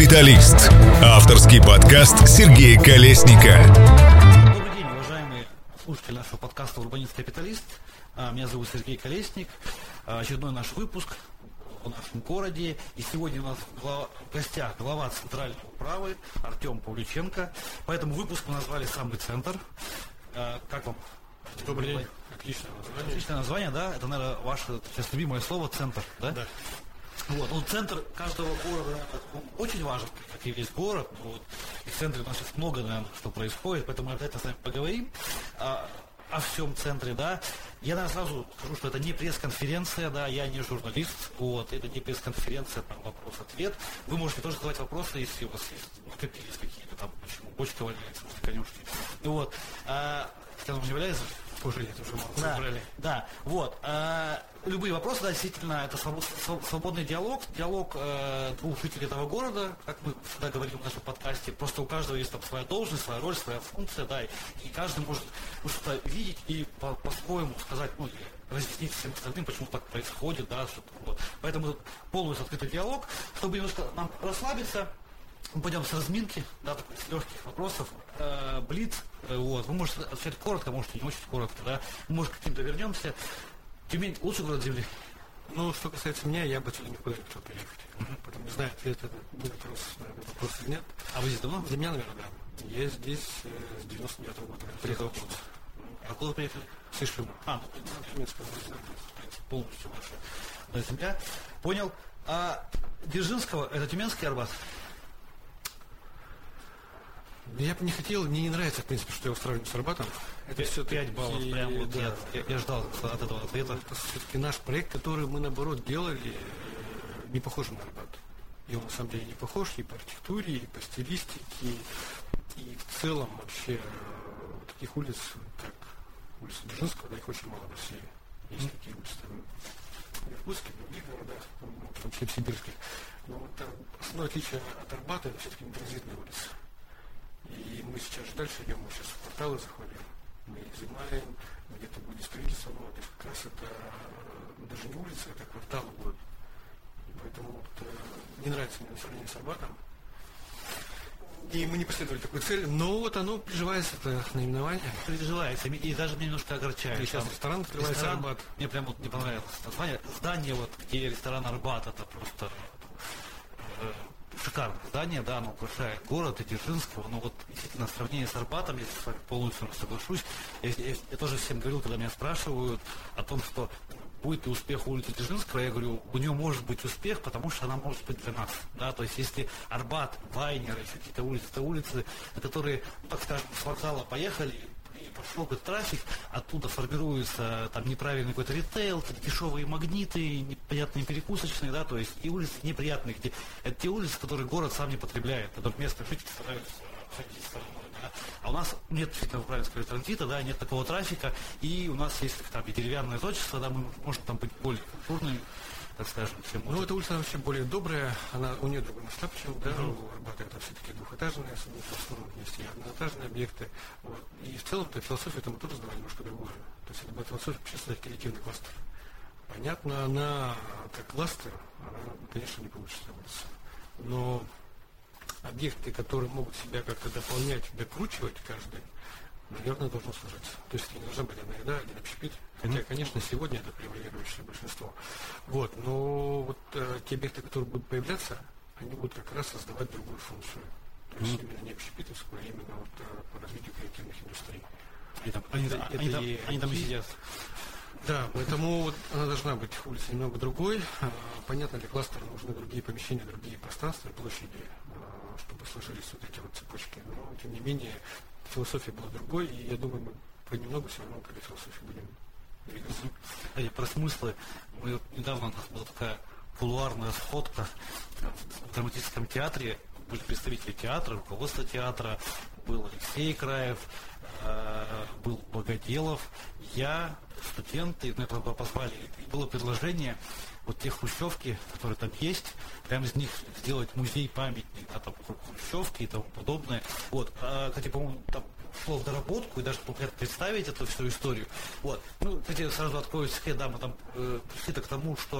«Капиталист». Авторский подкаст Сергея Колесника. Добрый день, уважаемые слушатели нашего подкаста «Урбанист Капиталист». Меня зовут Сергей Колесник. Очередной наш выпуск в нашем городе. И сегодня у нас в гостях глава Центральной управы Артем Павлюченко. Поэтому выпуск мы назвали «Самый центр». Как вам? Добрый день. Отличное название. Отличное название, да? Это, наверное, ваше сейчас любимое слово «центр», да? Да. Вот. Ну, центр каждого города очень важен, как и весь город. Вот. И в центре у нас сейчас много, наверное, что происходит, поэтому мы обязательно с вами поговорим о всем центре, да. Я, наверное, сразу скажу, что это не пресс-конференция, да, я не журналист, вот, это не пресс-конференция, там, вопрос-ответ. Вы можете тоже задавать вопросы, если у вас есть, накопились какие-то там, почему почта валяется, конюшки. Вот. Когда он не валяется, Уже нет, уже мало да, собрали. да, вот. Любые вопросы, да, действительно, это свободный диалог, двух жителей этого города, как мы всегда говорим в нашем подкасте. Просто у каждого есть там своя должность, своя роль, своя функция, да, и каждый может что-то видеть и по-своему сказать, ну, или разъяснить всем остальным, почему так происходит, да, что-то вот. Поэтому полностью открытый диалог, чтобы немножко нам расслабиться. Мы пойдем с разминки, да, такой, с легких вопросов, блиц, вот, вы можете отвечать коротко, можете не очень коротко, да, мы, может, к каким-то вернемся. Тюмень лучший город Земли? Ну, что касается меня, я бы отсюда никуда не хотел переехать. Потому что, не знаю, ответа на вопрос или нет. А вы здесь давно? Для меня, наверное, да. Я здесь с 99-го года. Приехал в год. Откуда приехали? С Ишима. Тюменская полностью ваша земля. Понял. А Дзержинского, это Тюменский Арбат? Я бы не хотел, мне не нравится, в принципе, что я его сравниваю с Арбатом. Это все 5 баллов, прям вот да. я ждал от этого ответа. Это все-таки наш проект, который мы, наоборот, делали, не похож на Арбат. И он, на самом деле, не похож и по архитектуре, и по стилистике, и в целом вообще таких улиц, как улица Дзержинского, да, их очень мало в России. Есть такие улицы, там, в Иркутске, в других городах, в том числе в сибирских. Но вот там основное отличие от Арбата — это все-таки транзитная улица. И мы сейчас же дальше идем, мы сейчас в кварталы заходим, мы изымаем, где-то будет строительство, вот, и как раз это даже не улица, это кварталы будут. И поэтому вот, не нравится мне сравнение с Арбатом. И мы не последовали такой цели, но вот оно приживается, это наименование. Приживается, и даже меня немножко огорчает. И сейчас ресторан открывается, Арбат. Мне прям вот не понравилось название. Здание, вот, где ресторан Арбат, это просто шикарное здание, да, оно украшает город и Дзержинского, но вот действительно сравнение с Арбатом, я с вами полностью соглашусь. Я тоже всем говорил, когда меня спрашивают о том, что будет ли успех у улицы Дзержинского, я говорю, у нее может быть успех, потому что она может быть для нас, да, то есть если Арбат, Вайнер, еще какие-то улицы, это улицы, на которые, так скажем, с вокзала поехали, пошел какой-то трафик, оттуда формируется там неправильный какой-то ритейл, дешевые магниты, непонятные перекусочные, да, то есть и улицы неприятные, где это те улицы, которые город сам не потребляет, которые местные жители стараются ходить стороной, да. А у нас нет, действительно, правильно сказать, транзита, да, нет такого трафика, и у нас есть там и деревянное зодчество, да, мы можем там быть более культурными, так скажем, чем Ну, эта улица вообще более добрая, у нее другой масштаб, чем, да, у Арбата это все-таки двухэтажные, особенно в основном есть и одноэтажные объекты. Вот. И в целом-то философия там тоже сдавала немножко другую. То есть это была философия общественный коллективный кластер. Понятно, она как кластер, она, конечно, не получится улица. Но объекты, которые могут себя как-то дополнять, докручивать каждый, наверное, должно сложиться. То есть не должна быть одна еда, один общепит. Хотя, конечно, сегодня это превалирующее большинство. Вот, но вот те объекты, которые будут появляться, они будут как раз создавать другую функцию. То есть именно не общепитовскую, а именно вот по развитию креативных индустрий. Они там и сидят. Да, поэтому вот она должна быть улица немного другой. Понятно, для кластера нужны другие помещения, другие пространства и площади, чтобы сложились вот эти вот цепочки. Но, тем не менее, философия была другой, и я думаю, мы понемногу все равно к этой философии будем двигаться. Про смыслы. Недавно у нас была такая кулуарная сходка в драматическом театре. Были представители театра, руководство театра, был Алексей Краев, был Богоделов, я, студенты, меня позвали. И было предложение вот те хрущевки, которые там есть, прямо из них сделать музей-памятник, да, там хрущевки и тому подобное. Вот, кстати, по-моему, там шло в доработку и даже представить эту всю историю. Вот. Ну, кстати, сразу открою секрет, да, мы там пришли к тому, что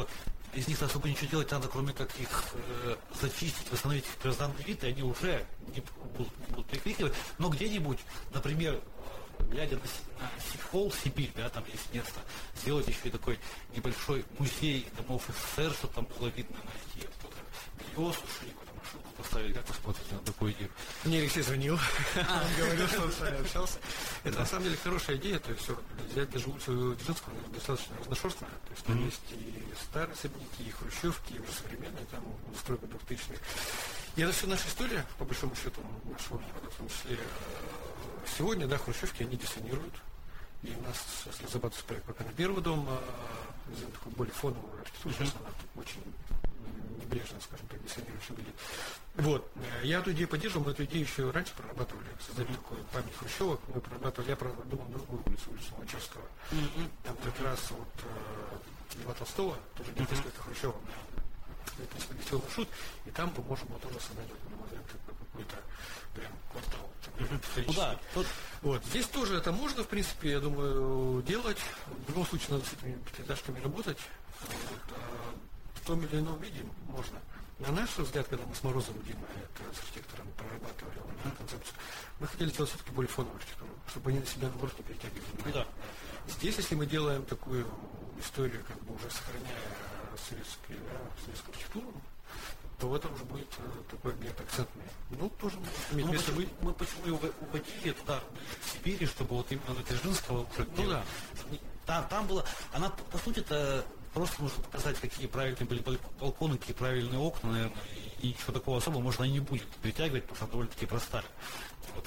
из них особо ничего делать надо, кроме как их зачистить, восстановить их первозданный вид, и они уже не будут перекрикивать. Но где-нибудь, например, глядя на Сихол, Сибирь, да, там есть место, сделать еще и такой небольшой музей домов СССР, чтобы там было видно на эти сушили, какую-то машинку поставили. Как вы смотрите на такую идею? Мне Алексей звонил, он говорил, что он с вами общался. Это на самом деле хорошая идея, то есть взять даже улицу Дзержинского, она достаточно разношерстная, то есть там есть и старые особняки, и хрущевки, и уже современные, там, стройка 2000-х. И это все наша история, по большому счету, нашего города, в том числе. Сегодня, да, хрущевки, они диссонируют. И у нас сейчас разрабатывается проект пока на первый дом, такой более фоновый архитектуру, сейчас она очень небрежно, скажем так, диссонирующий выглядит. Вот. Я эту идею поддерживал, мы эту идею еще раньше прорабатывали, создали такую память хрущевок, мы прорабатывали, я придумал другую улицу Ломачевского. Там как раз вот Льва Толстого, тоже несколько хрущевок. Это веселый маршрут, и там мы можем тоже создать какой-то прям квартал. Ну, да, тут... Вот. Здесь тоже это можно, в принципе, я думаю, делать. В любом случае надо с этими пятиэтажками работать. Вот. В том или ином виде можно. На наш взгляд, когда мы с Морозовым, Димой, это с архитектором, прорабатывали концепцию, мы хотели сделать все-таки более фоновую архитектуру, чтобы они на себя наоборот не перетягивали. Да. Здесь, если мы делаем такую историю, как бы уже сохраняя советскую архитектуру, то в этом уже будет такой объект акцентный. Ну, тоже мы почему и уводили туда, в Сибири, чтобы вот именно на Дзержинского уже... Ну да. Там было... Она, по сути, это просто нужно показать, какие правильные были балконы, какие правильные окна, наверное, и ничего такого особого, может, она не будет притягивать, потому что она довольно-таки простая. Вот.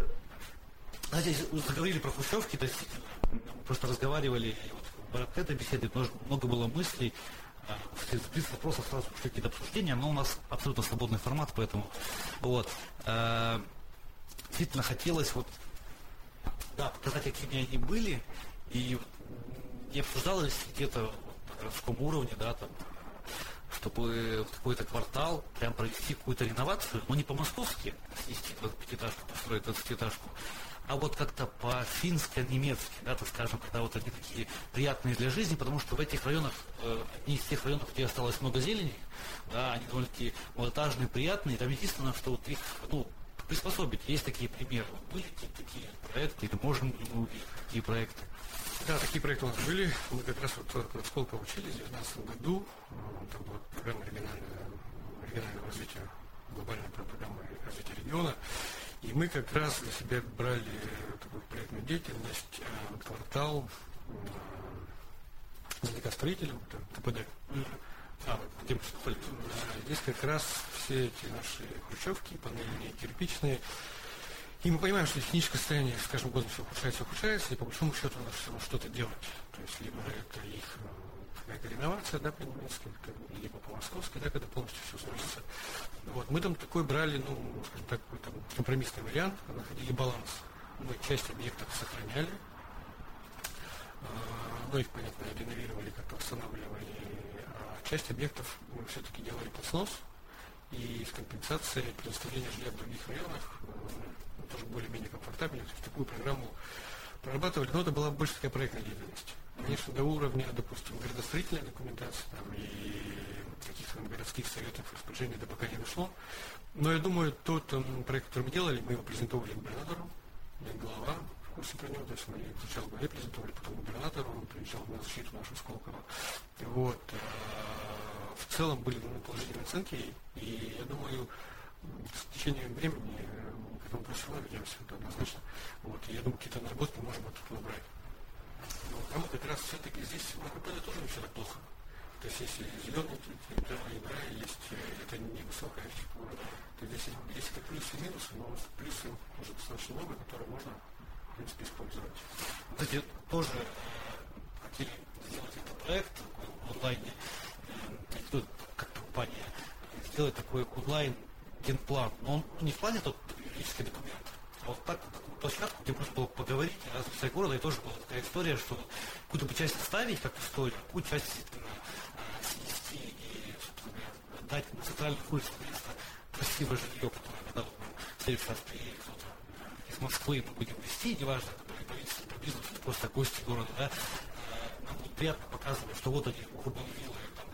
Знаете, вы заговорили про хрущевки, то есть просто разговаривали, и вот в этой беседе много было мыслей, список вопросов, сразу какие-то обсуждения, но у нас абсолютно свободный формат, поэтому вот. Действительно хотелось вот, да, показать, какими они были, и не обсуждалось где-то на городском уровне, да, там, чтобы в какой-то квартал прям провести какую-то реновацию, но не по-московски снести 25-этажку, построить 20-этажку, а вот как-то по-финско-немецки, да, так скажем, когда вот они такие приятные для жизни, потому что в этих районах, одни из тех районов, где осталось много зелени, да, они довольно-таки малоэтажные, приятные, там единственное, что вот их, приспособить, есть такие примеры. Были такие проекты, или можем ли мы увидеть такие проекты? Да, такие проекты у нас были. Мы как раз вот в Сколково учились в 2019 году. Там была программа регионального развития, глобальная программа развития региона. И мы как раз для себя брали такую проектную деятельность, квартал строителям, ТПД. Здесь как раз все эти наши хрущевки, панельные, кирпичные. И мы понимаем, что техническое состояние с каждым годом все ухудшается, и по большому счету надо все равно что-то делать. То есть либо это их какая-то реновация, да, по-немецки, либо по-московски, да, когда полностью все сносится. Вот. Мы там такой брали, скажем так, какой-то компромиссный вариант, находили баланс. Мы часть объектов сохраняли, но их, понятно, реновировали, как-то восстанавливали. А часть объектов мы все-таки делали под снос, и с компенсацией предоставления жилья в других районах тоже более-менее комфортабельно. То есть такую программу прорабатывали, но это была больше такая проектная деятельность. Конечно, до уровня, допустим, градостроительной документации там, и каких-то городских советов распоряжений это пока не дошло. Но я думаю, тот проект, который мы делали, мы его презентовали губернатору, глава в курсе про него, то есть мы сначала главе презентовали, потом губернатору, он приезжал на защиту нашу Сколково. Вот. В целом были положительные оценки, и я думаю, с течением времени к этому профессионалу ведемся, это однозначно. Вот, и я думаю, какие-то наработки можем оттуда набрать. Но там как раз все-таки здесь на КПД тоже не все так плохо. То есть если зеленые территории, есть это невысокая архитектура, то здесь есть это плюсы и минусы, но плюсы уже достаточно много, которые можно, в принципе, использовать. Кстати, тоже хотели сделать этот проект онлайне, как компания, сделать такой онлайн генплан. Но он не в плане тот юридический документ, а вот так вот площадку, где можно было поговорить о развитии города, и тоже была такая история, что какую-то часть оставить как историю, какую часть снести и, собственно говоря, дать на центральных улицах место красивое жилье, которое когда вот в следующий раз приедет кто-то из Москвы, мы будем вести, неважно, это правительство, про бизнес, просто гости города, да, нам будет приятно показывать, что вот они, урбан-виллы, там какой-нибудь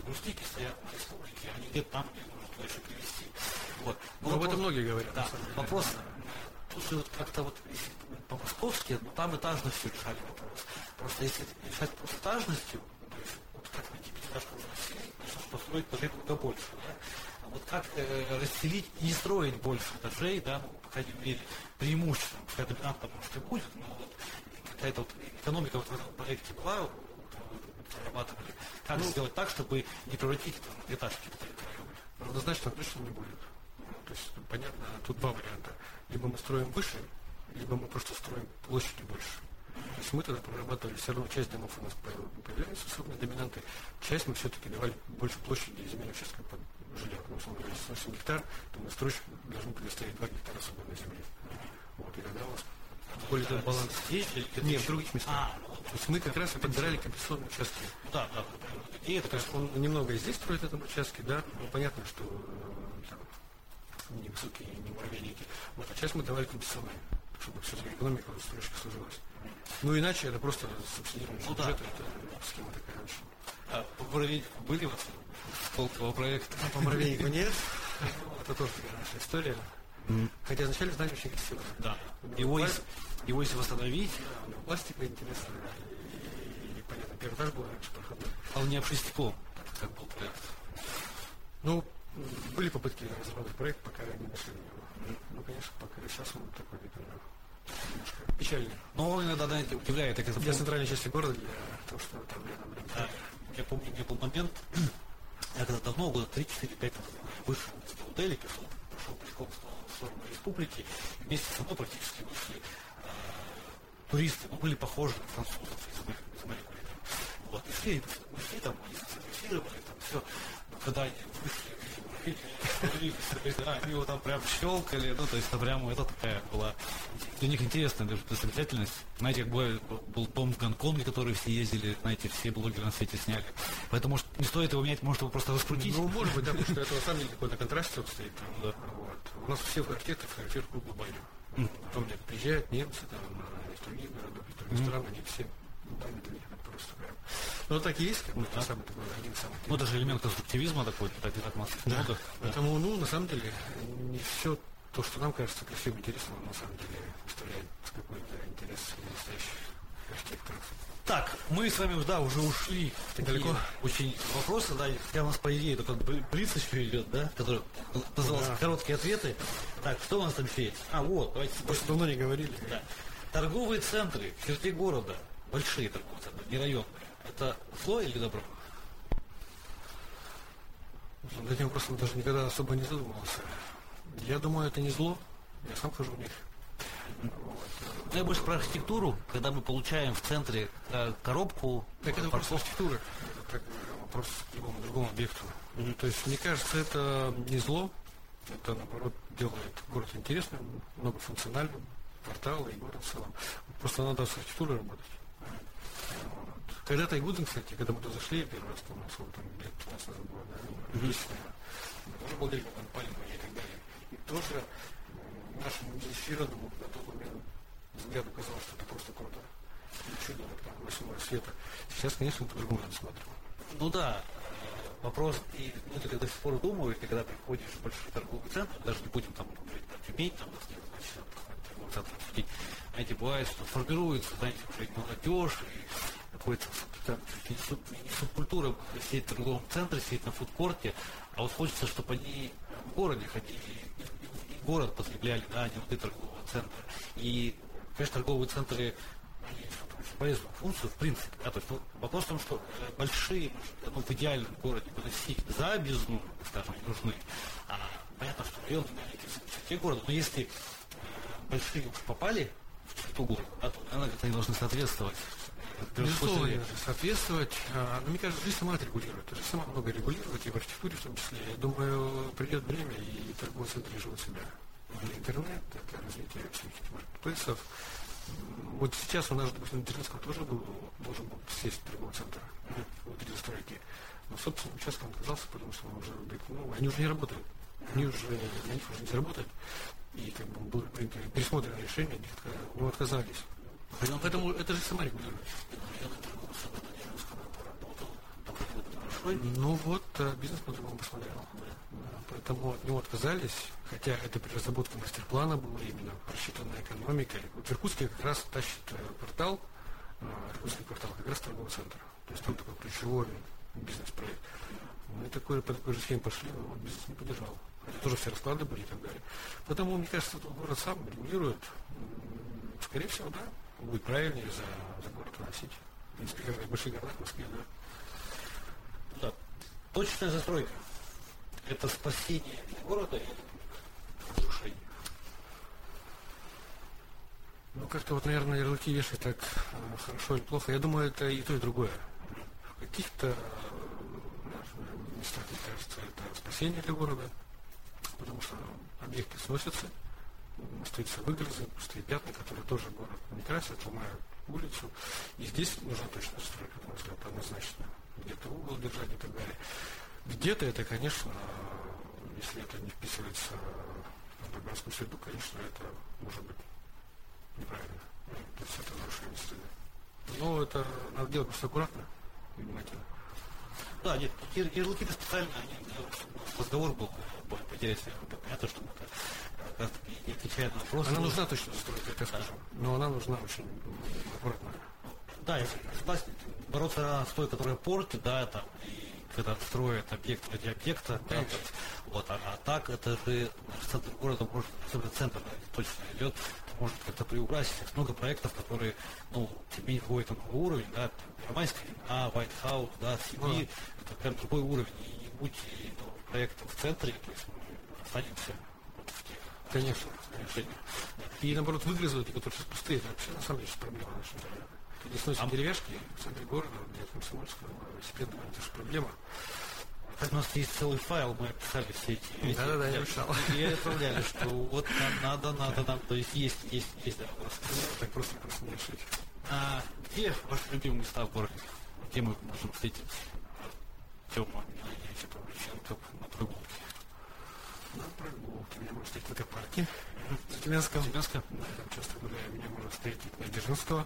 грустники стоят на республике, они где-то там, где нужно туда еще привезти. Вот. Но об этом многие говорят. Да, вопрос, тут же как-то вот по-московски, ну, там этажностью решали вопрос. Просто если решать просто этажностью, то есть вот как найти пятиэтажку в России, нужно построить этажей куда больше, да? А вот как расселить и не строить больше этажей, да, ну, по крайней мере, преимущественно, пускай доминантно, может, и будет, но вот какая-то вот экономика вот в этом проекте была, вот, разрабатывали, как сделать так, чтобы не превратить это в этажки. Однозначно точно не будет. То есть, понятно, тут два варианта. Либо мы строим выше, либо мы просто строим площадью больше. То есть мы тогда прорабатывали, все равно часть домов у нас появляются особенно доминанты, часть мы все-таки давали больше площади земельного участка под жилье. Ну, условно говоря, если 8 гектар, то мы стройщик должны предоставить 2 гектара свободной земли. Вот, и тогда у нас более баланс Здесь или нет, в других местах. То есть мы как раз и подбирали компенсационные участки. Да. И это, То есть он немного и здесь строит этом участке, да, но понятно, что там, невысокие, не муравейники. Вот, а часть мы давали компенсационные, чтобы все-таки экономика у стройщика сложилась. Ну иначе это просто субсидирование бюджета, это схема такая очень. А по муравейнику были вот сколько проекта? По муравейнику нет, это тоже наша история. Хотя изначально здание очень красивое. Да. Его если восстановить. Пластика интересная. И понятно, первый этаж был раньше проходной. А он не обшестяком, как был проект. Ну, были попытки разработать проект, пока не нашли его. Ну, конечно, пока сейчас он такой немножко печальный. Но он иногда, знаете, удивляет. Для центральной части города, для того, что там рядом. Да. Я помню, мне был момент, я когда давно, года 3-4-5 назад, вышел из отеля, пошел пешком в сторону республики, вместе со мной практически вышли туристы, ну, были похожи на французов из Марикули. Вот, и шли там, они сфотографировали, там все. Но когда они вышли, они его там прям щелкали, ну, то есть, это прям, это такая была для них интересная достопримечательность. Знаете, как был дом в Гонконге, который все ездили, знаете, все блогеры на свете сняли. Поэтому, может, не стоит его менять, может, его просто раскрутить. Ну, может быть, да, потому что это на самом деле какой-то контраст вот стоит. Да. Вот. У нас все архитекторы фотографируют клуб глобально. Потом где-то приезжают немцы, там, из других городов, из других стран, они все там это нет, просто прям. Ну, так и есть, как бы, самый такой, один самый. Ну, даже элемент конструктивизма такой, так и так в модах. Поэтому, ну, на самом деле, не все то, что нам кажется красивым и интересным, на самом деле представляет какой-то интерес настоящих архитекторов. Так, мы с вами, да, уже ушли далеко. Очень вопросы, да, хотя у нас, по идее, только блиц еще идет, да, который назывался «Короткие ответы». Так, что у нас там еще есть? А, вот, давайте. Просто давно не говорили. Да. Торговые центры в черте города, большие торговые центры, не районные. Это зло или добро? Над этим вопросом даже никогда особо не задумывался. Я думаю, это не зло. Я сам хожу в них. Ну, я больше про архитектуру, когда мы получаем в центре коробку. Так это вопрос архитектуры. Это вопрос к другому объекту. То есть, мне кажется, это не зло. Это, наоборот, делает город интересным, многофункциональным, кварталы и город в целом. Просто надо с архитектурой работать. Вот. Когда-то и Гуден, кстати, когда мы туда зашли, первый раз, там, там лет 15 назад было, да, тоже благодарили Палиму и так далее. И тоже нашему незащищенному на тот момент взгляду казалось, что это просто круто. Чудо, там, 8 света. Сейчас, конечно, по-другому надо смотреть. Ну да, вопрос, и мы до сих пор думаю, когда приходишь в большой торговый центр, даже не будем там говорить про Тюмень, там, торговый центр обсудить, знаете, бывает, что формируется, знаете, уже и молодежь, и какой-то субкультура сидеть в торговом центре, сидеть на фудкорте, а вот хочется, чтобы они в городе ходили, и город потребляли, да, а не внутри торгового центра. И, конечно, торговые центры полезную функцию, в принципе. Да, то есть, ну, вопрос в том, что большие, ну, в идеальном городе выносить за бездну, скажем, не нужны. Понятно, что районы в черте города, но если большие уж попали в черту города, да, то, наверное, они должны соответствовать. Безусловно, соответствовать. Но мне кажется, жизнь сама отрегулирует. Ты же сама много регулирует, и в архитектуре в том числе. Я думаю, придет время, и торговые центры живут себя. Интернет, это развитие всех этих маркетплейсов. Вот сейчас у нас, допустим, на Дзержинском тоже должен был сесть торговый центр внутри застройки. Но, собственно, участок он отказался, потому что он уже, ну, они уже не работают. На них уже нельзя работать. И как бы было принято пересмотренное решение, они отказались. Поэтому это же сама регулирует. большой. Ну вот, бизнес по-другому посмотрел. Поэтому от него отказались, хотя это при разработке мастер-плана было именно просчитанная экономикой. Вот в Иркутске как раз тащит квартал, Иркутский квартал, как раз торговый центр. То есть там такой ключевой бизнес-проект. Мы по такой же схеме пошли, но бизнес не поддержал. Хотя тоже все расклады были и так далее. Поэтому, мне кажется, что город сам регулирует. Скорее всего, да, будет правильнее за город выносить. В принципе, как в больших городах, в Москве, да. Да. Точная застройка. Это спасение города или разрушение? Ну, как-то вот, наверное, ярлыки вешать так хорошо или плохо. Я думаю, это и то, и другое. В каких-то местах, мне кажется, это спасение для города, потому что объекты сносятся, остаются выгрузы, пустые пятна, которые тоже город не красят, ломают улицу. И здесь нужна точная застройка, на мой взгляд, однозначно. Где-то угол держать и так далее. Где-то это, конечно, если это не вписывается в городскую среду, конечно, это может быть неправильно. То есть это нарушение среды. Но это надо делать просто аккуратно и внимательно. Да, нет, ярлыки-то специально, они, разговор был более интересный. Понятно, что это как раз таки не отвечает на вопрос. Она нужна точно застройка, я скажу. Но она нужна очень аккуратно. Да, если согласен, бороться с той, которая портит, да, там, и когда строят объект ради объекта, да, вот, а так это же центр города может, особенно центр, да, точно идет, может как-то приукрасить. Есть много проектов, которые, ну, тебе не входят на новый уровень, да, Первомайский, White House, да, CB, это прям другой уровень, и не будь проектов в центре, то есть мы останемся вот в тех. Конечно. И наоборот выгрызают, которые сейчас пустые, это вообще на самом деле проблема наша. Не сносят деревяшки в центре города, где Комсомольского, велосипедного, это же проблема. Так у нас есть целый файл, мы описали все эти... Да-да-да, я решал. И отправляли, что вот надо нам, то есть да, просто. Так просто не решить. А где ваши любимые места в городе? Где мы можем встретить Тёма, на прогулке? На прогулке. Меня можно встретить в экопарке. Тюменском. Да, там часто гуляю. Меня можно встретить на Дзержинского.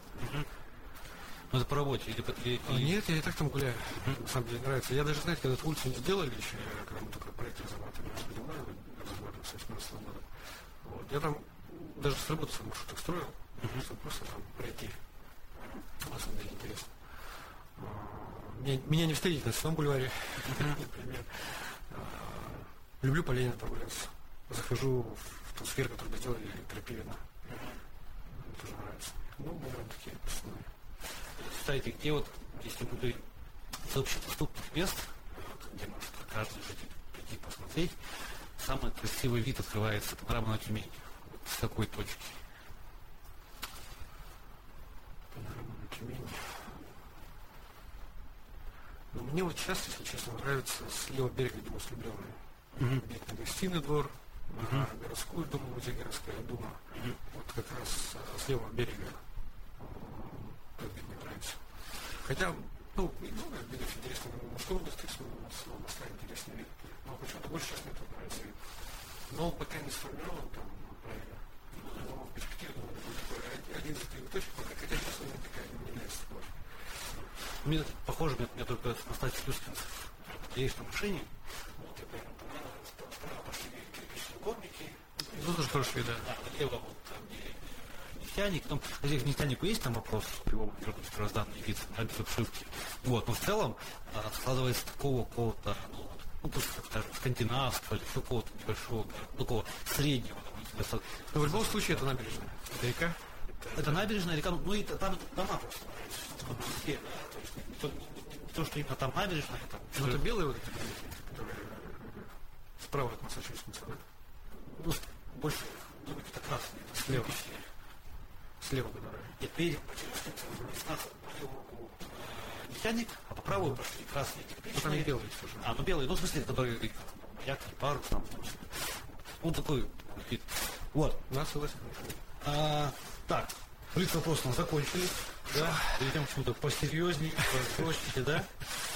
Ну, это по работе или... Нет, я и так там гуляю. На самом деле нравится. Я даже, знаете, когда эту улицу не сделали еще, когда мы только проект разрабатывали, с 2018 года. Вот. Я там даже с работы сам маршруток строил, чтобы просто там пройти. На самом деле интересно. Меня не встретить на Сенном бульваре, например. Люблю по Ленина прогуляться. Захожу в тот сквер, который сделали Крапивина. Мне тоже нравится. Ну, бывают такие основные. Кстати, где вот, если мы говорим с общедоступных мест, где может каждый житель прийти посмотреть, самый красивый вид открывается панорама на Тюмень. Вот с какой точки? Панорама на Тюмень. Но мне вот сейчас, если честно, нравится с левого берега, где мост Влюбленный. Вид на Гостиный двор, на городскую думу, музей городская дума. Вот как раз с левого берега этот вид мне нравится. Хотя, ну, и много видов интересных. Что у нас с моста интересный вид. Но почему-то больше сейчас мне тут нравится вид. Но пока не сформирован там правильно. Но перспектива будет такой один из таких точек, хотя сейчас у меня такая не нравится тоже. Мне похоже, мне только на Слюскинцев. Едешь на машине, вот я прямо справа пошли кирпичные домики. Ну, тоже хороший вид, да. Налево вот там, где нефтяник. Там, кстати, к нефтянику есть там вопрос, его первозданный вид, без обшивки. Вот, но в целом складывается такого какого-то, ну, скажем, скандинавского или какого-то небольшого, такого среднего. Но в любом случае это набережная. Это река. Это набережная река, ну и там дома просто. То есть не то, что именно там набережная, это... Ну, это белые вот эти, которые справа от Массачусетса, да? Ну, больше домики это красные. Слева. Слева, которые. Нет, берег по левую руку нефтяник, а по правую пошли красные кирпичные. Ну, там и белые тоже. Ну белые, ну в смысле, которые маяк, парус, там. Ну, такой вид. Вот. Да, согласен. Так, блиц-вопросы у нас закончились. Да? Перейдем к чему-то посерьезнее, попроще, да?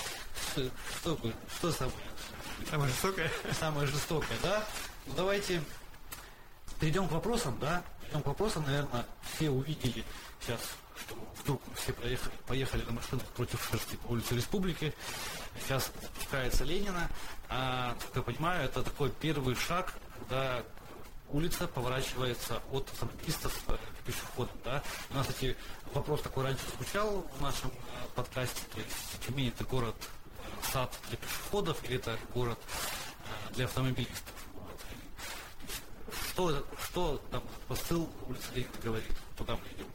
Что самое жестокое? Самое жестокое, да? Ну, давайте перейдем к вопросам, да? Перейдем к вопросам, наверное, все увидели сейчас что вдруг все поехали на машинах против шерсти по улице Республики. Сейчас запускается Ленина. Как я понимаю, это такой первый шаг, когда улица поворачивается от самопистов к пешеходам. Да? У нас, кстати, вопрос такой раньше звучал в нашем подкасте. То есть Тюмень — это город-сад для пешеходов или это город для автомобилистов? Что там посыл улицы Ленина говорит? Куда мы идем?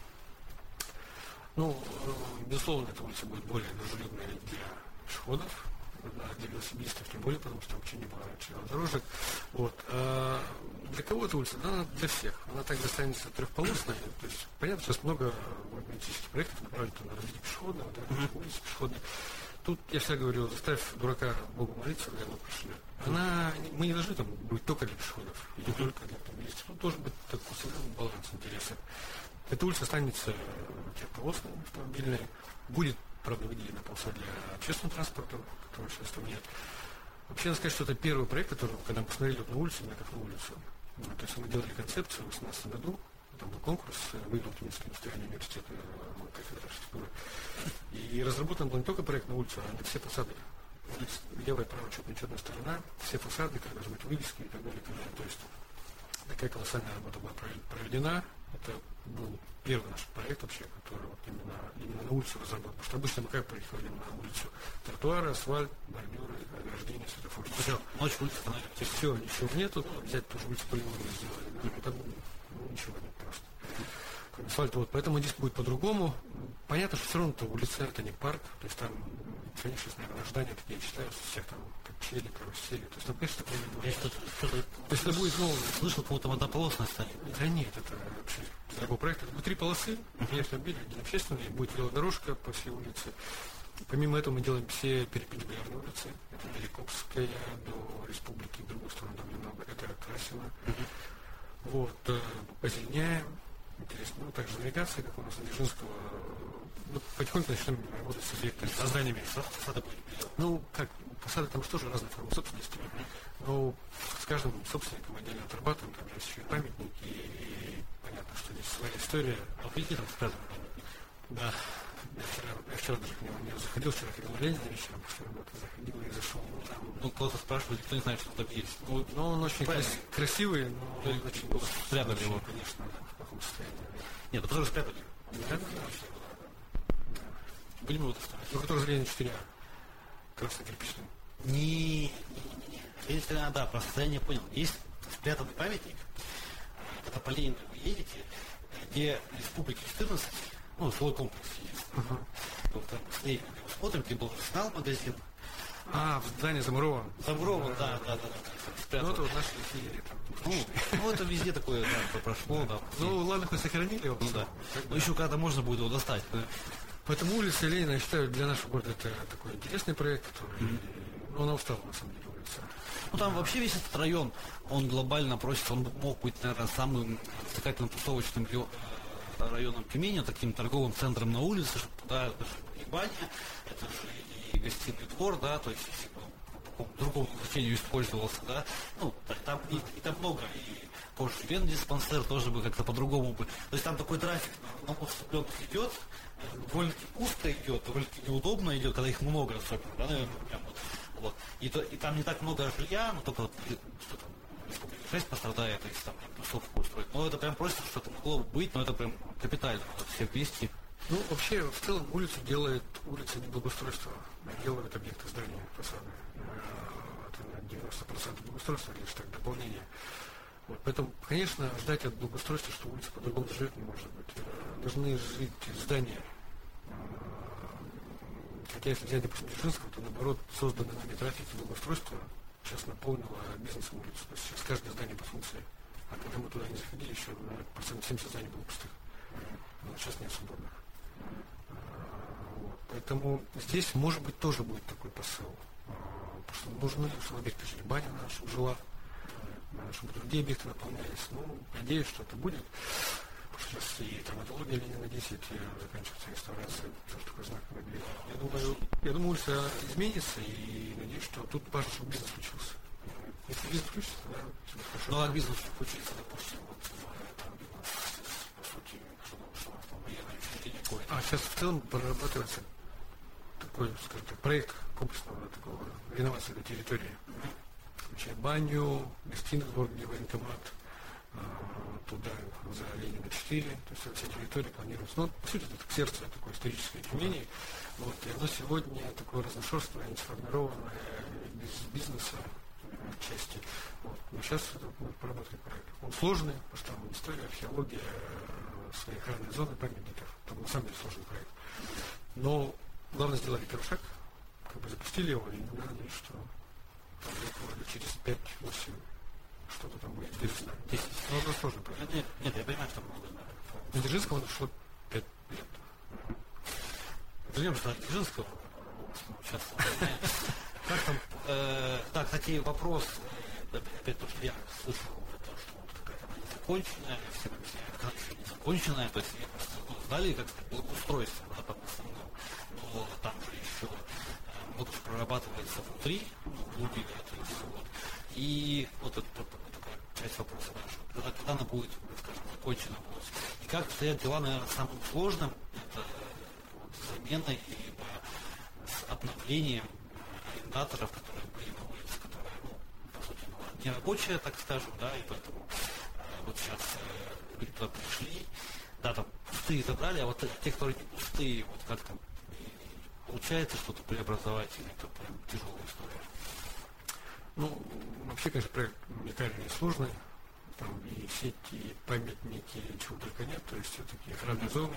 Ну, безусловно, эта улица будет более дружелюбной для пешеходов, для велосипедистов тем более, потому что там вообще не было раньше велодорожек. Вот. А для кого эта улица? Да, она для всех. Она также останется трехполосной. То есть, понятно, сейчас много урбанистических проектов направленных на развитие пешеходного, улицы пешеходной. Тут я всегда говорю, заставь дурака Богу молиться, когда мы пришли. Мы не должны там быть только для пешеходов, или только для автомобилистов. Тут должен быть такой баланс интересов. Эта улица останется трехполосной, автомобильной. Будет, правда, выделена полоса для общественного транспорта, которого сейчас там нет. Вообще, надо сказать, что это первый проект, который, когда мы посмотрели на улицу, на какую улицу. То есть мы делали концепцию в 2018 году. Там был конкурс, выиграл Тюменский индустриальный университет кафедры архитектуры. И разработан был не только проект на улицу, а на все фасады. Улица, левая, правая, четная сторона, все фасады, как должны быть вывески и так далее, и так далее. То есть такая колоссальная работа была проведена. Это был первый наш проект вообще, который вот именно на улицу разработан. Потому что обычно мы как приходили на улицу? Тротуары, асфальт, бордюры, ограждения, светофоры. Ночь улицы, все, ничего нету. Взять ту же улицу полиморную сделали. Ничего нет просто. Кроме асфальта. Вот, поэтому здесь будет по-другому. Понятно, что все равно-то улица это не парк. То есть там, конечно, наверное, здания такие считаются, всех там качели, карусели. То есть там, конечно, такое не будет. То есть это будет, слышал, кому-то однополосная станет. Да нет, это вообще такой проект. Это будет 3 полосы, автомобили, один общественный, будет велодорожка по всей улице. Помимо этого мы делаем все перпендикулярные улицы. Это Великопская до Республики, в другую сторону там немного. Это Красино. Вот, позеленяем. Интересно. Также навигация, как у нас на Дзержинского. Потихоньку начнем работать с объектами, с зданиями. Как, фасады там же тоже разные формы собственности. Но с каждым собственником отдельно отрабатываем, там есть еще и памятники, и понятно, что здесь своя история. А видите там спрятано? Да. Я вчера даже к нему не заходил, вчера ходил на Ленина вечером, после работы заходил и зашел. Кто-то спрашивает, никто не знает, что там есть. Он очень красивый, но он очень был спрятали его. Конечно, в плохом состоянии. Нет, это тоже спрятали. Будем его доставать. Который за Ленина 4А. Красно-кирпичный. Не. Да, про состояние понял. Есть спрятанный памятник. Это по Ленину вы едете, где Республики 14, свой комплекс есть. Вот там с Лениным смотрим, где был журнал, магазин. В здании замурован. Замурован, да. Это вот наши эфиры там. Это везде такое, прошло, да. Ладно, хоть сохранили его. Да. Но еще когда можно будет его достать. Поэтому улица Ленина, я считаю, для нашего города это такой интересный проект, который... она устала, на самом деле, улица. Там вообще весь этот район, он глобально просит, он мог быть, наверное, самым привлекательным тусовочным районом Тюмени, таким торговым центром на улице, чтобы туда это же и баня, это же и гостиный двор, да, то есть по другому значению использовался, да. Там там много, и позже вен-диспансер тоже бы как-то по-другому бы. То есть там такой трафик на поступленных идет, довольно-таки узко идет, довольно-таки неудобно идет, когда их много особенно, да, наверное, прям вот. И там не так много жилья, только что там 6 пострадает, если там тусовку устроить. Это прям просто что-то могло быть, но это прям капитально, все вместе. Вообще, в целом, улицу делает улица не благоустройство, делают объекты здания, фасады. Это 90% благоустройства, лишь так дополнение. Поэтому, конечно, ждать от благоустройства, что улица по-другому жить не может быть. Должны жить здания. Хотя, если взять, допустим, Дзержинского, то, наоборот, созданное нами трафик и благоустройство сейчас наполнило бизнесом улицу. То есть сейчас каждое здание по функции. А когда мы туда не заходили, еще, наверное, 70% зданий было пустых. Но сейчас нет свободных. Поэтому здесь, может быть, тоже будет такой посыл. Потому что нужны, чтобы объекты жили. Баня наша жила, чтобы другие объекты наполнялись. Надеюсь, что это будет. Потому что сейчас и травматология Ленина 10 заканчивается реставрация. Тоже такой знаковый объект. Я думаю, улица изменится, и надеюсь, что тут важно, чтобы бизнес случился. Если бизнес включится, тогда все будет хорошо. А бизнес включится, допустим, по сути, что там военное учреждение. сейчас в целом прорабатывается такой, скажем так, проект комплексного такого реновации этой территории. Включая баню, гостиный двор, где военкомат, туда за Ленина 4, то есть вся территория планируется. Но, по сути, это сердце такое историческое Тюмени. Вот, и оно сегодня такое разношерстное, несформированное, без бизнеса части. Вот. Но сейчас это будет проработанный проект. Он сложный, потому что там история, археология, свои охранные зоны памятников. Там на самом деле сложный проект. Но главное, сделали первый шаг, как бы запустили его, и мы надеемся, что через 5-8 что-то там будет. 10. Но это сложный проект. Нет, я понимаю, что много. На Дзержинском это шло 5 лет. Вернемся на Дзержинского. Сейчас. Как там? Так, кстати, вопрос. Опять то, что я слышал, что вот какая-то она незаконченная, все незаконченная, то есть знали, как устройство, да, там в основном. Но там же еще много что прорабатывается внутри, глубины этого всего. И вот это такая часть вопроса, да, когда она будет, скажем, закончена. И как стоят дела, наверное, самым сложным, это с заменой либо с обновлением арендаторов, которые были на улице, которые, по сути, была нерабочая, так скажем, да, и поэтому вот сейчас люди туда пришли, да, там пустые забрали, а вот те, которые не пустые, вот как там получается что-то преобразовать, или это прям тяжелая история? Ну, вообще, конечно, проект уникальный и сложный. Там и сети, и памятники, и чего только нет, то есть все-таки охранные зоны.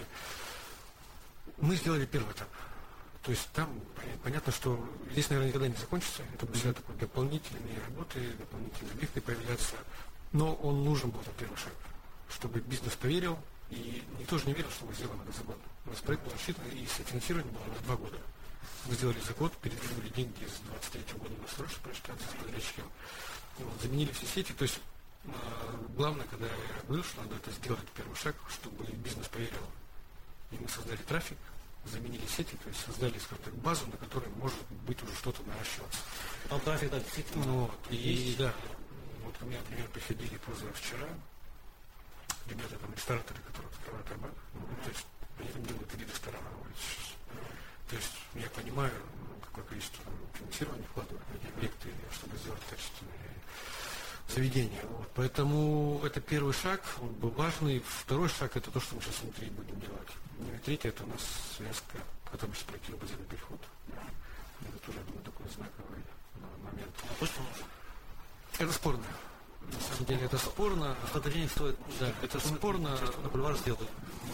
Мы сделали первый этап. То есть там понятно, что здесь, наверное, никогда не закончится. Это будет всегда такой дополнительные работы, дополнительные объекты появляться. Но он нужен был, этот первый шаг, чтобы бизнес поверил. И никто же не верил, что мы сделаем это за год. У нас проект был рассчитан, и финансирование было на 2 года. Мы сделали за год, передвинули деньги с 23 года на срочно прочитаться с подрядчиком. Вот, заменили все сети. То есть главное, когда я говорил, что надо это сделать первый шаг, чтобы бизнес поверил. И мы создали трафик, заменили сети, то есть создали, скажем так, базу, на которой может быть уже что-то наращиваться. Там трафик, да, действительно. Вот, и да, вот ко мне, например, приходили позавчера ребята, там, рестораторы, которые открывают Арбат, то есть они там делают 3 ресторана. То есть я понимаю, какое количество финансирования вкладывают в эти объекты, чтобы сделать качественные заведения. Вот. Поэтому это первый шаг, он был важный. Второй шаг это то, что мы сейчас внутри будем делать. И третий это у нас связка, которую мы сейчас проектируем базированный переход. Это тоже, я думаю, такой знаковый момент. А почему нужно? Это спорно. На самом деле это спорно. Сколько денег стоит? Да, это спорно. На бульвар сделают.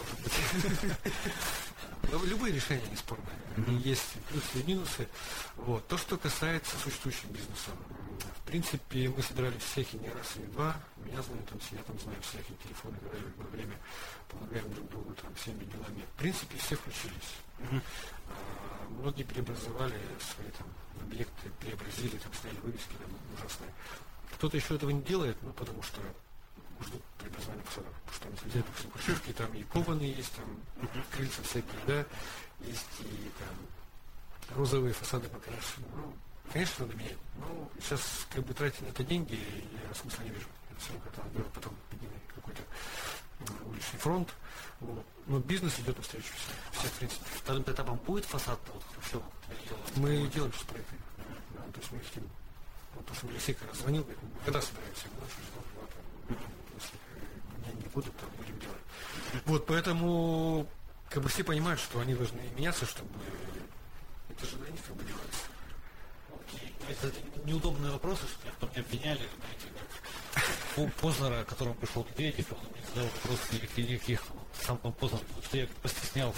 Любые решения не спорные. Есть плюсы и минусы. Вот. То, что касается существующего бизнеса. В принципе, мы собирались всех и не раз, и не два. Меня знают, я там знаю всех, и телефоны, когда в любое время помогаем друг другу там, всеми делами. В принципе, все включились. Многие преобразовали свои там объекты, преобразили, там стояли вывески там, ужасные. Кто-то еще этого не делает, ну, потому что ждут преобразования фасадов. Потому что там нельзя все кушевки, там и кованые есть, там крыльца всякие, да, есть и там розовые фасады покрашены. Ну, конечно, надо менять. Но сейчас как бы тратить на это деньги, я смысла не вижу. Все равно как-то надо потом поднимать какой-то уличный фронт. Вот. Но бизнес идет навстречу все, в принципе. Вторым этапом будет фасад? Вот, все, мы делаем сейчас проекты. Да, то есть мы хотим. Вот, потому что мне Алексей когда звонил, говорит, когда собираемся? Если меня не будут, то будем делать. Вот, поэтому как бы все понимают, что они должны меняться, чтобы это же для них как бы делается. Это неудобные вопросы, что меня обвиняли, знаете, Познера, к которому пришел Медведев, он мне задал вопрос никаких, сам Познер, что я постеснялся.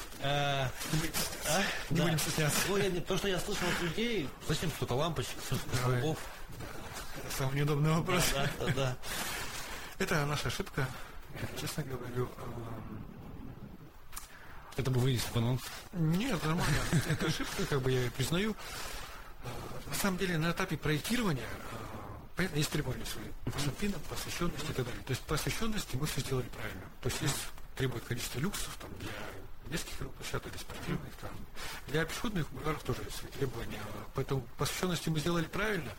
Не будем стесняться. То, что я слышал от людей, зачем столько лампочек, столбов? Это самый неудобный вопрос. Да. Это наша ошибка, я честно говорю. Это бы вынесли в анонс? Нет, нормально. Это ошибка, как бы я ее признаю. На самом деле, на этапе проектирования, понятно, есть требования свои по шампинам, по освещенности и так далее. То есть по освещенности мы все сделали правильно. То есть есть требует количество люксов там, для детских площадок, для спортивных, там. Для пешеходных бульваров тоже есть свои требования. Поэтому по освещенности мы сделали правильно.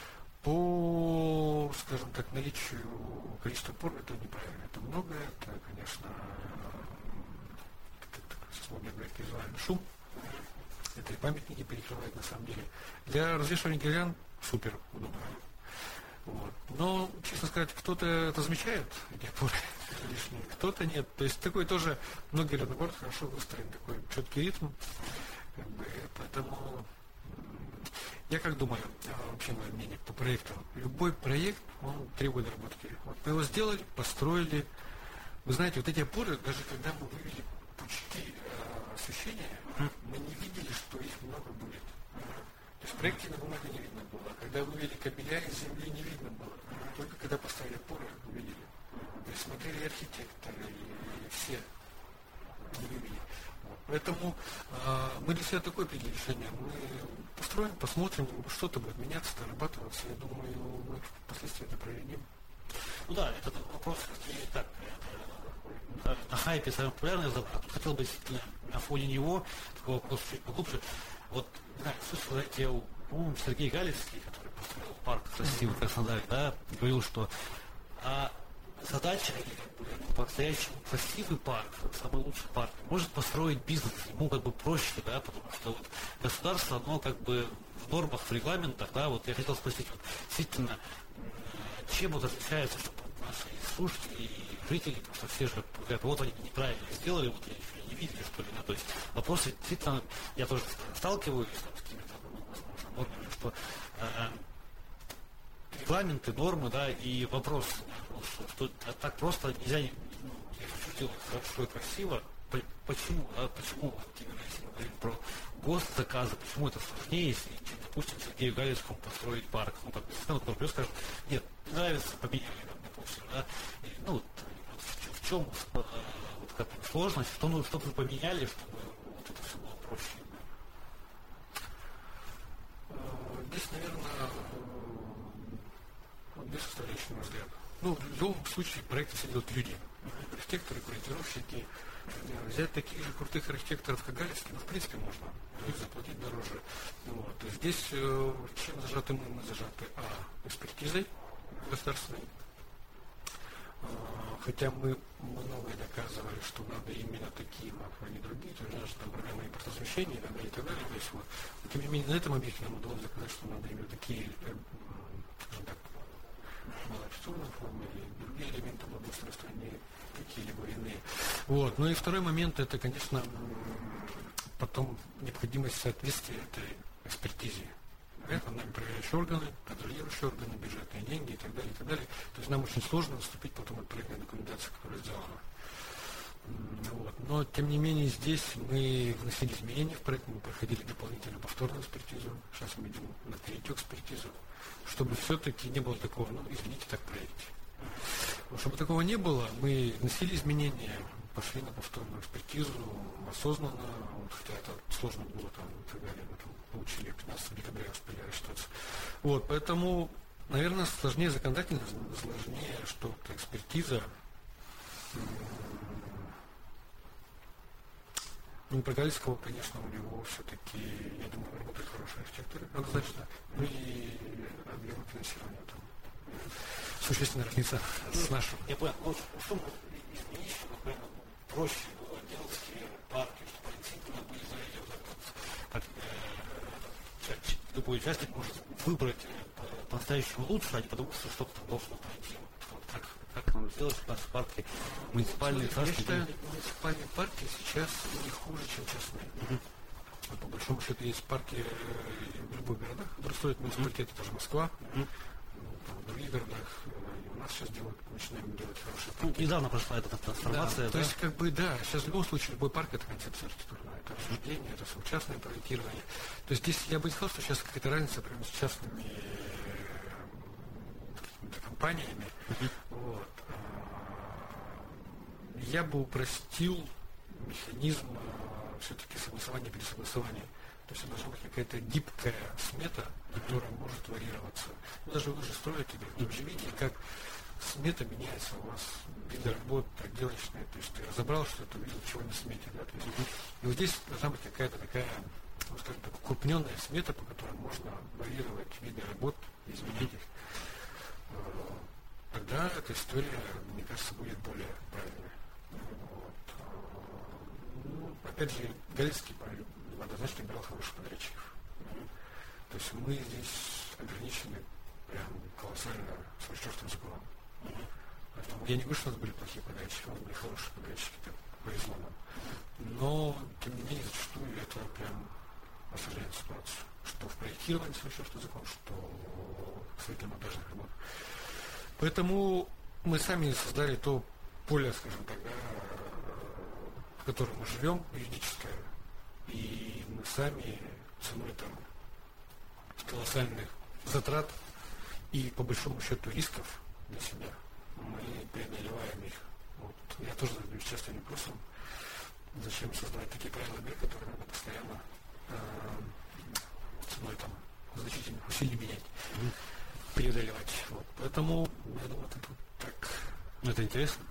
По, скажем так, наличию количества опор это неправильно. Это много, это, конечно, услуги объект визуальный шум. Это и памятники перекрывает на самом деле. Для развешивания гирлянд супер удобно. Вот. Но, честно сказать, кто-то это замечает, эти опоры лишние, кто-то нет. То есть такой тоже, многие говорят, наоборот, хорошо выстроен, такой четкий ритм. Поэтому я как думаю, вообще мое мнение по проекту, любой проект, он требует доработки. Вот мы его сделали, построили. Вы знаете, вот эти опоры, даже когда мы вывели пучки освещения, мы не видели, что их много будет. То есть в проекте на бумаге не видно было. А когда вывели кабеля из земли, не видно было. Только когда поставили опоры, увидели. То есть смотрели архитекторы и все не видели. Вот. Поэтому мы для себя такое приняли решение. Мы построим, посмотрим, что-то будет меняться, дорабатываться. Я думаю, мы впоследствии это проведем. Ну да, этот вопрос так, на хайпе самый популярный разобрать. Хотел бы действительно на фоне него такой вопрос чуть поглубже. Вот, да, слышал, по-моему, Сергей Галицкий, который построил парк красивый в Краснодаре, да, говорил, что задача по-настоящему красивый парк, самый лучший парк, может построить бизнес, ему как бы проще, да, потому что вот государство, оно как бы в нормах, в регламентах, да, вот я хотел спросить, вот, действительно, чем вот отличается, чтобы наши слушатели и жители, потому что все же говорят, вот они неправильно сделали, вот я еще не видели, что ли, да, то есть вопросы действительно, я тоже сталкиваюсь с какими-то нормами, что регламенты, нормы, да, и вопрос, что так просто нельзя, я хочу делать хорошо и красиво, почему, да, почему, если мы говорим про госзаказы, почему это сложнее, если, допустим, Сергею Галицкому построить парк, ну, как бы, кто скажет, нет, не нравится, поменяли, допустим, да, и, ну, вот, в чем вот, как сложность, что-то поменяли, чтобы вот это все было проще. Здесь, наверное, без составляющих, на мой взгляд. Ну, в любом случае, проекты все делают люди. Архитекторы, проектировщики. Взять таких же крутых архитекторов, как Галицкий, ну, в принципе, можно. Их заплатить дороже. Вот. Здесь чем зажаты мы? Мы зажаты экспертизой государственной. Хотя мы многое доказывали, что надо именно такие, а не другие, то есть даже там программы импортозамещения и так далее, и так далее. То есть, вот, тем не менее, на этом объекте нам удалось доказать, что надо именно такие, скажем так, малоархитектурные формы и другие элементы благоустройства, не какие-либо иные. Вот. Ну и второй момент, это, конечно, потом необходимость соответствия этой экспертизе. Это нами проверяющие органы, контролирующие органы, бюджетные деньги и так далее, и так далее. То есть нам очень сложно наступить потом от проектной документации, которая сделана. Вот. Но, тем не менее, здесь мы вносили изменения в проект, мы проходили дополнительную повторную экспертизу. Сейчас мы идем на третью экспертизу, чтобы все-таки не было такого, ну, извините, так проверьте. Но чтобы такого не было, мы вносили изменения, пошли на повторную экспертизу осознанно, вот, хотя это сложно было там и так далее, мы там получили 15 декабря, успели рассчитаться. Вот, поэтому, наверное, сложнее законодательно, сложнее что-то экспертиза. Ну, про Галицкого, конечно, у него все-таки, я думаю, работают хорошие архитекторы, однозначно. Ну и объем финансирования там существенно разнится с нашим. Я понял, вот что мы изменить, чтобы проще было делать парки, чтобы действительно были заведены, любой участник может выбрать по-настоящему лучше, а не потому что что-то там должно пройти. Как нам сделать в нашей парке муниципальные Я считаю, муниципальные парки сейчас не хуже, чем частные. По большому счету есть парки в любых городах, которые строят муниципалитеты, даже Москва. В других городах у нас сейчас начинаем делать хорошие парки. Ну, недавно прошла эта трансформация. Да, то есть, как бы, да, сейчас в любом случае любой парк это концепция архитектурная, это обсуждение, это частное проектирование. То есть здесь я бы не сказал, что сейчас какая-то разница прямо с частными какими-то компаниями. Вот. Я бы упростил механизм все-таки согласования, пересогласования. То есть должна быть какая-то гибкая смета, которая может варьироваться. Ну, даже вы же строите, вы же видите, как смета меняется у вас, виды работ, отделочные. То есть ты разобрал что-то, увидел, чего на смете. Да? То есть, и вот здесь должна быть какая-то такая, ну, скажем так, укрупненная смета, по которой можно варьировать виды работ, изменить их. Тогда эта история, мне кажется, будет более правильной. Вот. Ну, опять же, Галицкий пролив однозначно брал хороших подрядчиков. То есть мы здесь ограничены прям колоссально с черным законом. Я не говорю, что у нас были плохие подрядчики, у нас были хорошие подрядчики, так повезло нам. Но, тем не менее, зачастую это прям осложняет ситуацию. Что в проектировании совершенно закон, что в строительно-монтажных работах. Поэтому мы сами создали то поле, скажем так, в котором мы живем, юридическое, и мы сами ценой там колоссальных затрат и по большому счету рисков для себя мы преодолеваем их. Вот. Я тоже задаюсь часто вопросом, зачем создавать такие правила игры, которые надо постоянно ценой там значительных усилий менять, преодолевать. Вот. Поэтому я думаю, это тут так. Это интересно?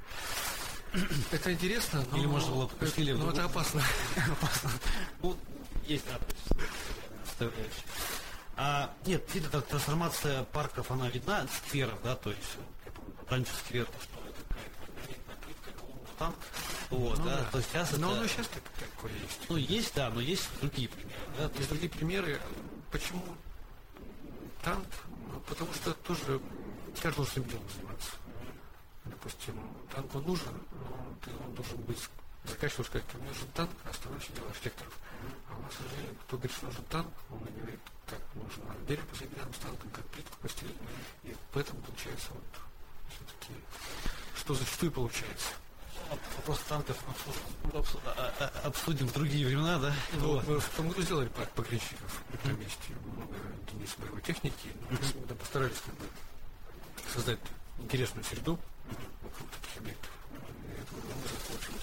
Это интересно, но... Или можно было бы усилия... Но это опасно. Опасно. Ну, есть, да, составляющая. Нет, видно, трансформация парков, она видна, скверов, да, то есть, я помню, раньше сквер, что это какая-то плитка, танк, вот, ну, да, то сейчас это... Ну, сейчас такое есть. Ну, есть, да, но есть другие примеры, да. Есть другие примеры. Почему танк? Ну, потому что тоже каждый должен своим делом заниматься. Допустим, танк он нужен, но он должен быть... Заказчик сказать, мне нужен танк, а остальное все дело архитекторов. А у нас, к сожалению, кто говорит, что нужен танк, он говорит, как нужно дерево посадить рядом с танком, как плитку постелить. И поэтому получается вот все-таки, что зачастую получается. Вопрос танков обсудим в другие времена, да? Вот. Мы в том году сделали парк пограничников в этом месте. Много единиц боевой техники. Мы постарались как бы создать интересную среду вокруг таких объектов. И это получилось.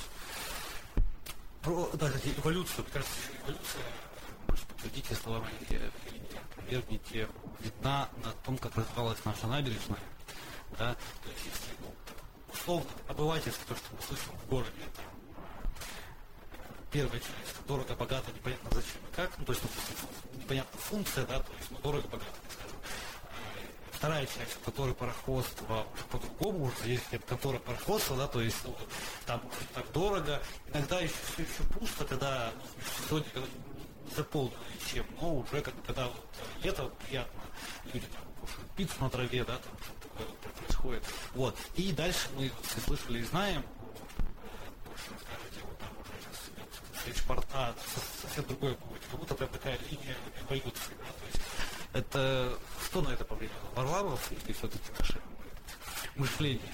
Про эволюцию, мне кажется, эволюция, может, подтвердите словами, опровергните, видна на том, как развивалась наша набережная. Да? То есть, если, условно, обывательски, то, что мы слышим в городе, это первая часть, дорого, богато, непонятно зачем и как, ну, то есть, непонятна функция, да, то есть, дорого, богато, скажем. Вторая часть, в которой пароходство по-другому уже есть контора пароходства, да, то есть там так дорого, иногда еще все еще пусто, когда сегодня когда заполнено чем, но уже когда вот, лето приятно, люди там кушают пиццу на траве, да, там что-то такое вот происходит. Вот. И дальше мы все слышали и знаем, больше расскажете, вот там уже сейчас речь-порта совсем другое будет, как будто прям такая линия эволюции, да, то есть это что на это повлияло? Варламов или все-таки наше мышление?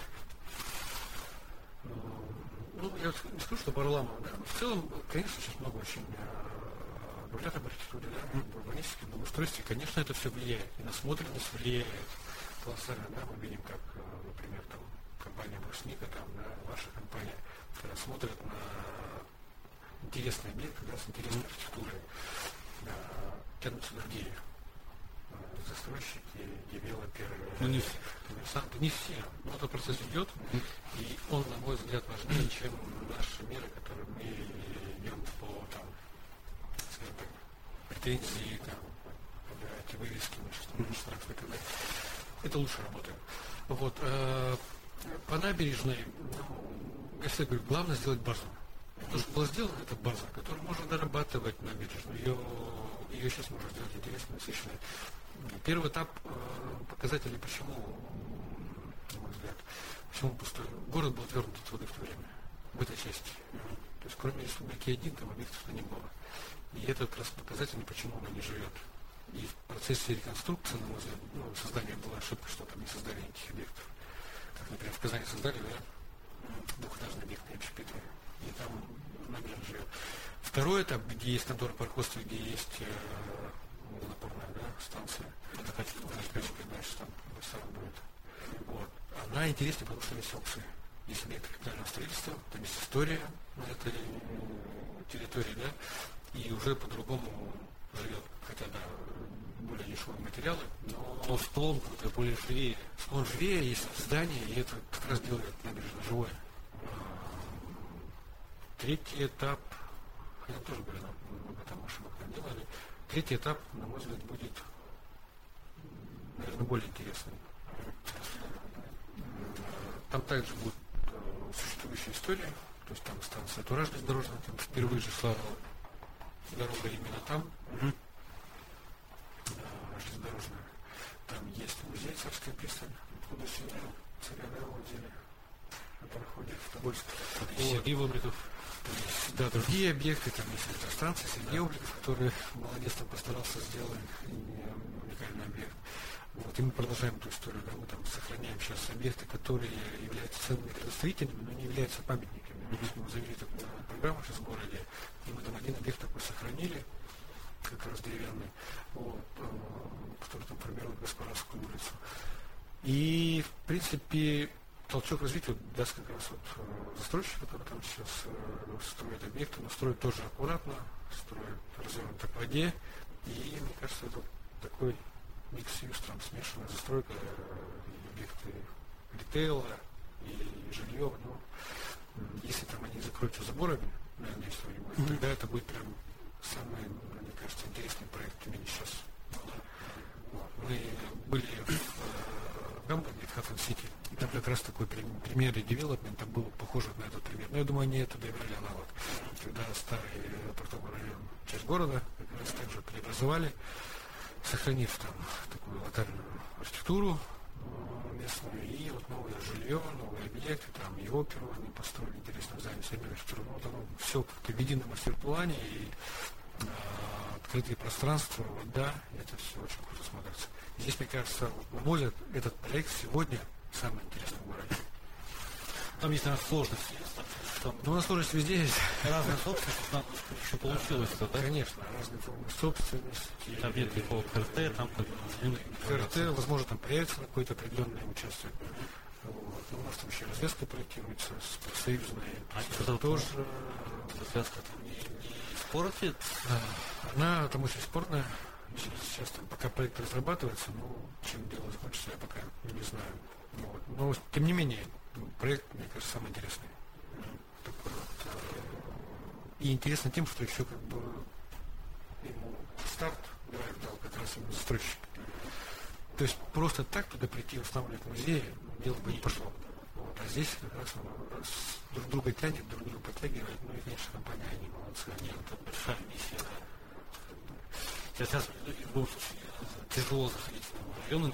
Ну, я не скажу, что Варламов, да. В целом, конечно, сейчас много очень говорят об архитектуре, да, об урбанистике, об устройстве. Конечно, это все влияет. И насмотренность влияет колоссально, да. Мы видим, как, например, там компания Брусника, там, да, ваша компания, когда смотрят на интересный объект, да, с интересной архитектурой, тянутся другие застройщики, девелоперы, коммерсанты, не все. Но этот процесс идет, и он, на мой взгляд, важнее, чем наши меры, которые мы идем по, там, скажем так, претензии, там, выбирайте вывески, штрафы и так далее. Это лучше работает. Вот. По набережной, я всегда говорю, главное сделать базу. То, что было сделано, это база, которую можно дорабатывать набережную. Ее сейчас можно сделать интересной, насыщенной. Первый этап показателей, почему, на мой взгляд, почему пустой. Город был отвернут от воды в то время, в этой части. То есть, кроме Республики 1, там объектов не было. И это как раз показатель, почему она не живет. И в процессе реконструкции, на мой взгляд, создания была ошибка, что там не создали никаких объектов. Как, например, в Казани создали, да, двухэтажные объекты общепиты. И там набережная живет. Второй этап, где есть контора пароходства, где есть водонапорная, да, станция. Это передача, там ресторан будет. Вот. Она интереснее, потому что есть опции. Есть объекты капитального строительства, там есть история на этой территории, да, и уже по-другому живет, хотя, да, более дешевые материалы, но склон более живее. Склон живее, есть здание, и это как раз делает набережную живое. Третий этап, хотя тоже были много там ошибок делали, третий этап, на мой взгляд, будет, наверное, более интересный. Там также будет существующая история, То есть там станция Тура железнодорожная, там впервые же шла дорога именно там. Железнодорожная. Там есть музей Царская пристань, откуда сюда царя водили на пароходе в Тобольск. Сергей Обликов. Да, другие объекты, там есть электростанция, Сергей Обликов, который молодец там постарался сделать уникальный объект. Вот, и мы продолжаем эту историю, да, мы там сохраняем сейчас объекты, которые являются ценными градостроителями, но не являются памятниками. Мы завели такую программу сейчас в городе, и мы там один объект такой сохранили, как раз деревянный, вот, который там формирует Гаспаровскую улицу. И, в принципе, толчок развития даст как раз вот застройщик, который там сейчас строит объекты, но строит тоже аккуратно, строит развернуто к воде. И мне кажется, это такой микс-юз, там смешанная застройка, объекты ритейла и жилье. Но если там они закроются заборами, наверное, если не будет, тогда это будет прям самый, мне кажется, интересный проект имени сейчас. Вот. Мы были в Гамбурге, в Хаффен-Сити, и там как раз такой пример девелопмента был похож на этот пример. Но я думаю, они это доиграли аналог. Когда старый портовый район, часть города, как раз так же преобразовали, сохранив там такую локальную архитектуру местную, и вот новое жилье, новые объекты, там и оперу они построили, интересно, здание, современную архитектуру. Вот оно все как-то в едином мастер-плане, и открытые пространства, вода, это все очень круто смотрится. Здесь, мне кажется, вводят этот проект сегодня самый интересный в городе. Там есть, наверное, сложности. Ну, у нас сложность везде есть. Разная собственность, там еще получилось, да? Конечно, разные формы собственности. Там нет никакого КРТ, там КРТ, возможно, там появится на какое-то определенное участие. Вот. Но у нас там еще развязка проектируется с профсоюзной. Это тоже развязка там не спортит. Она там очень спорная. Сейчас там пока проект разрабатывается, но чем дело закончится, я пока не знаю. Вот. Но, тем не менее, проект, мне кажется, самый интересный. Такой вот, и интересно тем, что еще как бы ему старт драйв дал как раз именно застройщик. То есть просто так туда прийти, устанавливать музей, дело бы не пошло. Вот. А здесь как раз друг друга тянет, друг друга подтягивает. Ну и, конечно, компания, они молодцы, они это большая миссия. Сейчас тяжело заходить в районы,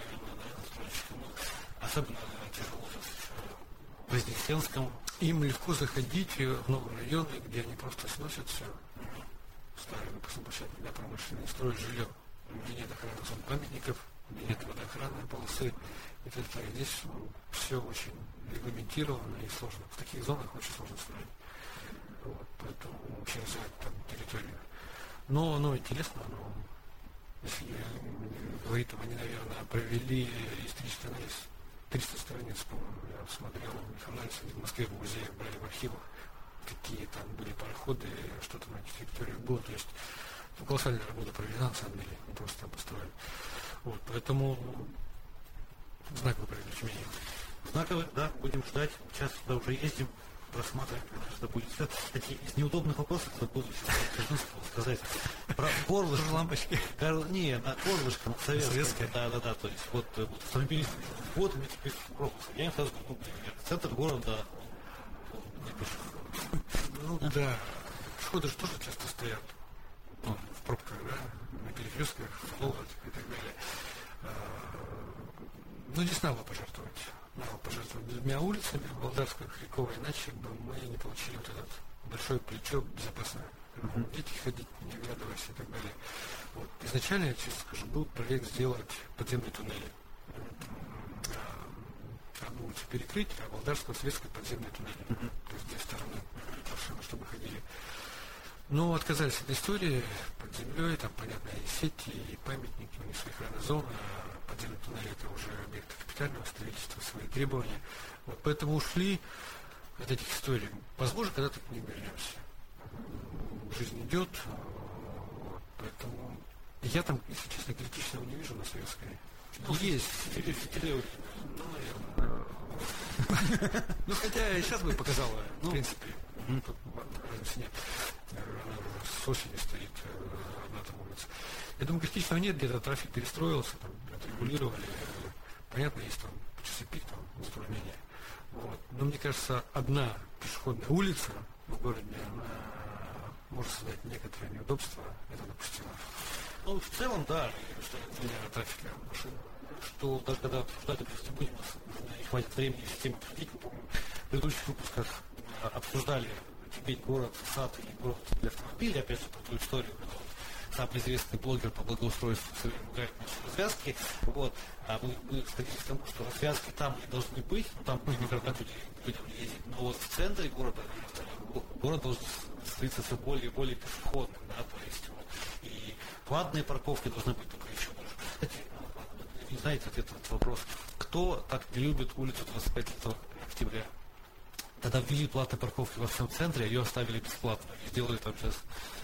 особенно тяжело в Вознесенском. Им легко заходить в новые районы, где они просто сносят все. Старые выпускные площадки для промышленной, строят жилье, где нет охраны зон памятников, где нет водоохранной полосы. И так далее. Здесь все очень регламентировано и сложно. В таких зонах очень сложно строить. Вот, поэтому вообще развивать там территорию. Но оно интересно, но если говорить, там они, наверное, провели исторический анализ. 300 страниц, по-моему, я смотрел анализ в Москве, в музее, брали в архивах, какие там были пароходы, что там на этих территориях было. То есть колоссальная работа проведена, на самом деле, не просто там построили. Вот, поэтому знаковый проект для меня. Знаковый, да, будем ждать. Сейчас туда уже ездим, просматриваем, что будет. Кстати, из неудобных вопросов забыл сказать про горлышко. Лампочки. Не, на горлышко, советское. Да. То есть вот автомобилист, вот мы теперь в пропуск. Я им сразу говорю, например, центр города. Ну да. Пешеходы же тоже часто стоят в пробках, да, на перекрестках, в холод и так далее. Но здесь надо пожертвовать. Двумя улицами, Болгарскую, Хряковой, иначе бы мы не получили вот этот большое плечо безопасное. Дети ходить, не оглядываясь и так далее. Вот. Изначально, я честно скажу, был проект сделать подземные туннели. Одну улицу перекрыть, а Болгарскую, Советскую подземные туннели. То есть 2 стороны машины, чтобы ходили. Но отказались от истории под землей, там, понятно, и сети, и памятники, у них своих зон, а подземные туннели это уже объекты капитального строительства, свои требования. Вот поэтому ушли от этих историй. Возможно, когда-то к ним вернемся. Жизнь идет, вот, поэтому я там, если честно, критичного не вижу на Советской. Есть. Ну, наверное. Ну, хотя и сейчас бы показала, в принципе. Тут разницы нет. Она уже с осени стоит на этом улице. Я думаю, критичного нет, где-то трафик перестроился, там, отрегулировали. Понятно, есть там часы пик, там, затруднения. Вот. Но мне кажется, одна пешеходная улица в городе, она может создать некоторые неудобства. Это допустимо. Ну, в целом, да, что для трафика машин. Что даже когда обсуждать, допустим, будем, у нас не хватит времени с тем обсудить, в предыдущих выпусках обсуждали теперь город, сад и город для автомобиля, опять же, про ту историю, когда самый известный блогер по благоустройству ругает наши развязки. Вот. А мы сходились к тому, что развязки там не должны быть, там никогда людям не ездить. Но вот в центре города город должен становиться все более и более пешеходным, да, то есть вот, и платные парковки должны быть только еще больше. Кстати, не знаете ответ на этот вопрос. Кто так не любит улицу 25 октября? Тогда ввели платные парковки во всем центре, ее оставили бесплатно. И сделали там сейчас...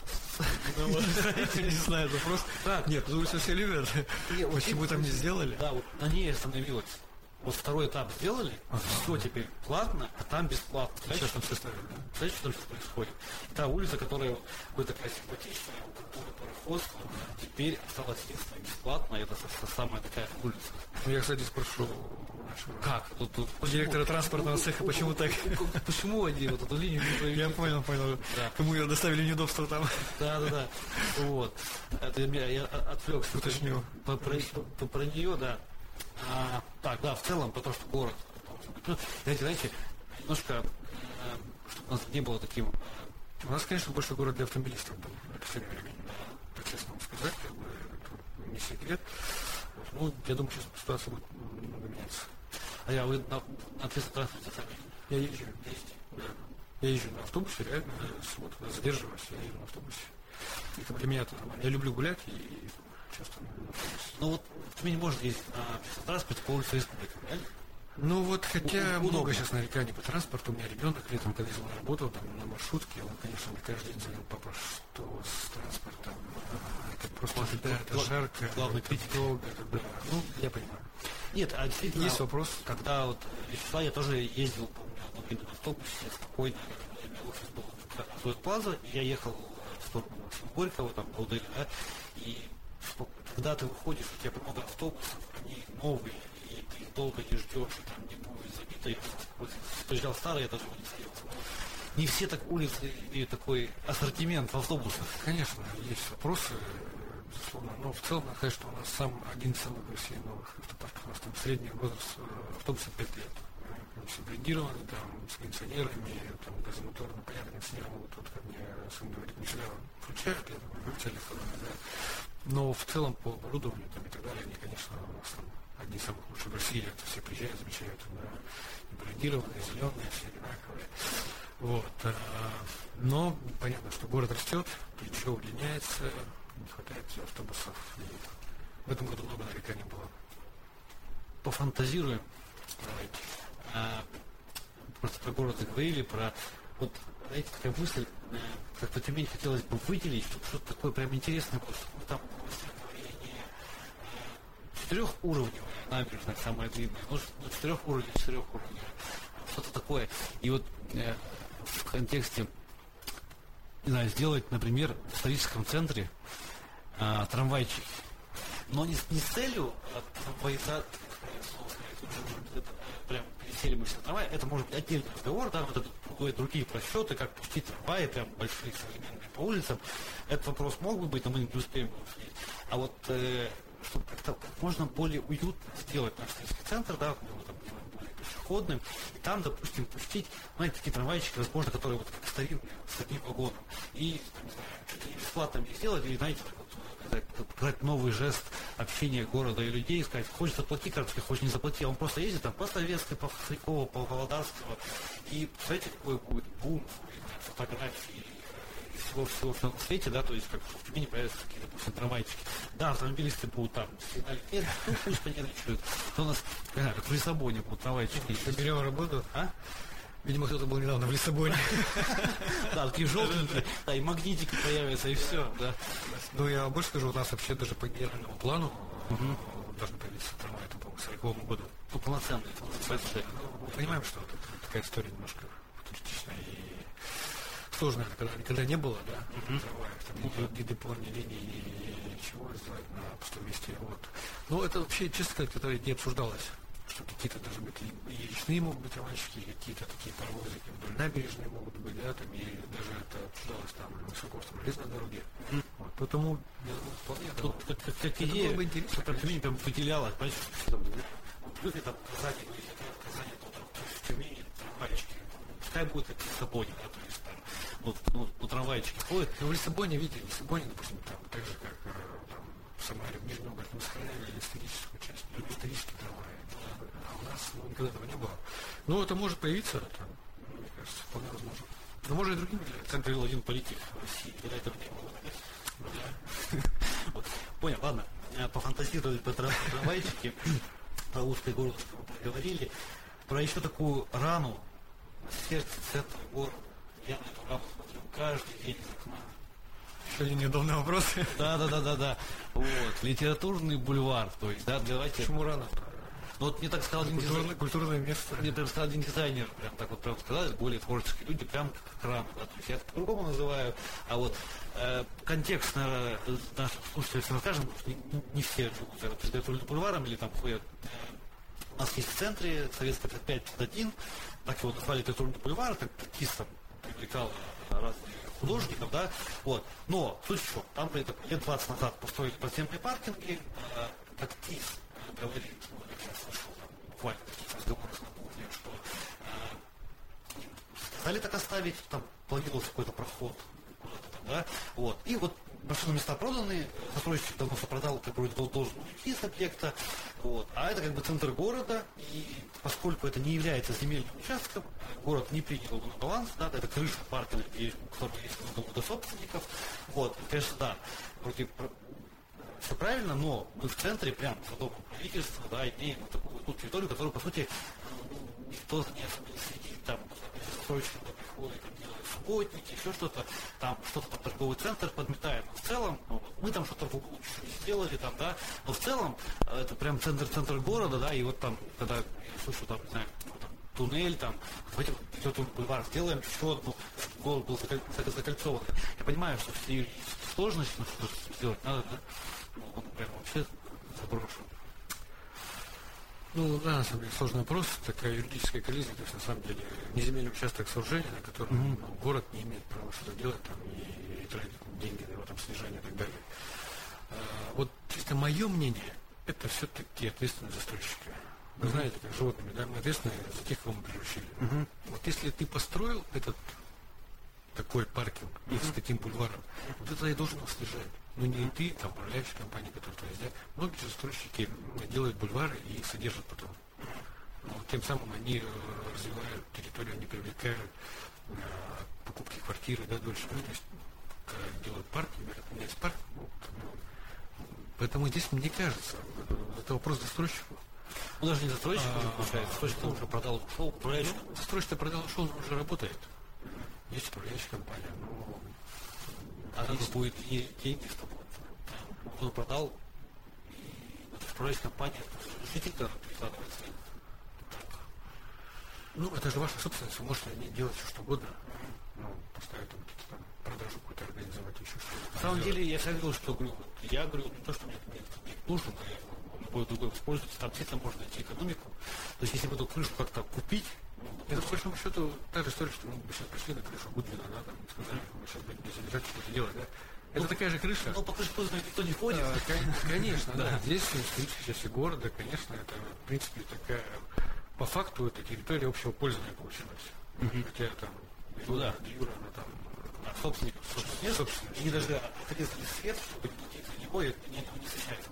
Не знаю, вопрос. Нет, улицу все любят. Почему там не сделали? Да, вот на ней остановилось. Вот второй этап сделали, все теперь платно, а там бесплатно. Сейчас там все ставят. Знаете, что там сейчас происходит? Та улица, которая будет такая симпатичная, культура пароходства, теперь осталась единственная бесплатно, это самая такая улица. Ну, я, кстати, спрошу как? Директора транспортного цеха, почему так? Почему они вот эту линию не провели? Я понял. Да. Кому ее доставили неудобства там? Да. Вот. Это я отвлекся. Уточню. Про нее, да. Так, да, в целом, потому что город. Знаете, немножко, чтобы у нас не было таким... У нас, конечно, больше город для автомобилистов был в последнее время, по-честному сказать, не секрет. Ну, я думаю, сейчас ситуация будет немного меняться. А вы на общественном транспорте сами? Я езжу. Я езжу на автобусе, реально, вот, задерживаюсь, я езжу на автобусе. Это для меня это нормально. Я люблю гулять и часто на автобусе. Ну вот в Тюмени можно ездить на общественном транспорте по улице Республики, правильно? Ну вот, хотя много сейчас нареканий по транспорту, у меня ребенок летом, когда ездил на работу, там, на маршрутке, он, конечно, мне каждый день звонил: папа, что с транспортом? Это просто это жарко, главный критик. долго, да. Ну, я понимаю. Нет, а действительно... Есть вопрос? Когда вот шла, я тоже ездил, помню, на одном автобусе, спокойно, у меня офис был в Зоет Плаза, и я ехал в сторону Горького, там, по УДЛ, да, и когда ты выходишь, у тебя много автобусов, они новые, и ты их долго не ждешь, и там не будет забито. Я приезжал старый, я даже его не съел. Не все так улицы имеют такой ассортимент в автобусах. Конечно, есть вопросы, безусловно, но в целом, надо сказать, что у нас один из самых в России новых автопарков. У нас там средний возраст автобуса 5 лет. Они все брендированы, там, с кондиционерами, там, газомоторно, понятно, кондиционеры, вот тут, как мне сын говорит, не всегда включают, я думаю, телефон, да. Но в целом по оборудованию там, и так далее, они, конечно, у нас там одни из самых лучших в России, это все приезжают, замечают, да, и брендированные, зеленые, все одинаковые. Вот. Но понятно, что город растет, плечо удлиняется, не хватает автобусов. И в этом году много нареканий было. Пофантазируем. Просто про город говорили, про... Вот, знаете, такая мысль, как в Тюмени хотелось бы выделить, чтобы что-то такое прям интересное было, чтобы там не 4-уровневая набережная, самая длинная, но 4-уровневая, что-то такое. И вот в контексте, не знаю, сделать, например, в историческом центре трамвайчик, но не с целью трамваизации, прям переселимся на трамвай, это может быть отдельный разговор, да, вот это другие просчеты, как пустить трамваи, прям большие современные по улицам. Этот вопрос мог бы быть, но мы не успеем его обсудить. А вот чтобы как-то можно более уютно сделать наш исторический центр, да, там, более пешеходным, и там, допустим, пустить, знаете, такие трамвайчики, возможно, которые вот как старинные, с одним вагоном, и, не знаю, что-то бесплатно мне сделать, или, знаете, показать новый жест общения города и людей, сказать, хочешь заплати карточкой, хочешь не заплати, а он просто ездит там по Советской, по Хохрякова, по Володарского, и, представляете, какой будет бум фотографий всего на свете, да, то есть как в Тюмени появятся такие, допустим, трамвайчики. Да, автомобилисты будут там сигналить, нет, пусть понервничают. То у нас, как в Лиссабоне будут трамвайчики. Соберем работу, а? Видимо, кто-то был недавно в Лиссабоне. Да, такие желтенькие, да, и магнитики появятся, и все, да. Ну, я больше скажу, у нас вообще даже по генеральному плану должны появиться трамваи, это, по-моему, к 40-му году. Ну, полноценные. Мы понимаем, что такая история немножко футуристичная и сложная, когда не было, да, трамваев, там, ни депо, ни линии, ничего сделать на пустом месте, вот. Но это вообще, честно сказать, эта идея обсуждалась что какие-то даже быть и речные могут быть трамвайчики, и какие-то такие паровозики вдоль набережной могут быть, да, там, и даже это обсуждалось там высокоскоростной железной дороге. Вот, поэтому я думаю, вполне Тут как идея, что Тюмень прям выделялась, понимаете, что там люди там в Казани, в Тюмени трамвайчики. Пускай будет как в Лиссабоне, да, то есть там, ну, трамвайчики ходят. Но в Лиссабоне, видите, в Лиссабоне, допустим, там, так же, как там, в Самаре, в Нижнем Новгороде, мы сохраняли историческую часть, исторический трамвай. А у нас никогда этого не было. Ну, это может появиться, это, мне кажется, вполне возможно. Но может и другим делать. Как говорил один политик в России, когда этого не было. Вот. Понял, ладно. Пофантазировали по трамвайчике, про узкий город, что мы поговорили, про еще такую рану в сердце центра города. Я на эту рану смотрю каждый день из окна. Еще один неудобный вопрос. Да. Вот. Литературный бульвар. То есть, да, давайте. Почему рано? Ну, вот мне так сказал один дизайнер. Культурное место. Мне так сказал один дизайнер, прям так вот прям сказали, более творческие люди, прям как рано. Да, то есть я это по-другому называю. А вот контекст, наверное, наших слушателей расскажем, потому что не все живут литературным бульваром или там ходят. У нас есть в центре Советская 55-1, так его назвали литературный бульвар, как артистом привлекал разных художников, да, вот. Но суть в чем, там лет 20 назад построили подземные паркинги, как ТИС говорит, я слышал буквально такие разговоры на кухне, что сказали так оставить, там планировался какой-то проход, да, вот. И вот большие места проданы, застройщик давно продал, как вроде должен уйти с объекта, вот. А это как бы центр города, и поскольку это не является земельным участком, город не принял его на баланс, да, это крыша паркинга, у которого есть много собственников, вот, и, конечно, да, вроде все правильно, но мы в центре, прям за домом правительства, да, имеем вот такую вот территорию, которую, по сути, никто не особо не следит, там, застройщики приходят, там, делают субботники, еще что-то, там, что-то там торговый центр подметает, но в целом, ну, мы там что-то в углу чуть-чуть сделали, там, да, но в целом, это прям центр города, да, и вот там, когда я слышу, там, не знаю, там, туннель, там, давайте вот бульвар сделаем, еще одну, город был закольцован. Я понимаю, что все сложности, но что сделать надо, да, ну, он прям вообще заброшен. Ну, да, на самом деле, сложный вопрос, такая юридическая коллизия, то есть, на самом деле, неземельный участок сооружения, на котором город не имеет права что-то делать, там, и тратить деньги на его там снижение и так далее. Вот, чисто мое мнение, это все-таки ответственность застройщика. Вы знаете, как животными, да, мы ответственны за тех, кого мы приручили. Вот если ты построил этот такой паркинг и с таким бульваром, вот это и должен его снижать. Ну не ты, там, управляющая компания, которая то есть, да. Многие застройщики делают бульвары и их содержат потом. Но тем самым они развивают территорию, они привлекают покупки квартиры, да, дольше. Ну, то есть, когда делают парки, говорят, у меня есть парк. Вот, поэтому здесь, мне кажется, это вопрос застройщику. Ну, даже не застройщик уже получается, застройщик уже продал, ушел, управляющий. Застройщик продал, ушел, он уже работает. Есть управляющая компания. Но... А надо будет и деньги, чтобы он продал, это управляющая компания, действительно прикладывается. Ну, это же ваша собственность, вы можете делать все, что угодно. Ну, поставить там какие-то там продажу какую-то организовать, еще что-то. На самом деле, я всегда говорил, что говорю, я говорю, не то, что мне нужно, любой другой используется, там действительно можно найти экономику. То есть, если бы эту крышу как-то купить, это, по большому счету, та же история, что мы сейчас пришли на крышу Гудвина, да, там, и сказали, мы сейчас будем содержать, что-то делать, да. Это такая же крыша. Но по крыше никто не ходит. Конечно, да. Здесь историческая часть города, конечно, это, в принципе, такая, по факту, это территория общего пользования получилась. Хотя там, Юра, она там, собственников, собственность. И даже отрезали свет, чтобы не платить за него, и не освещается.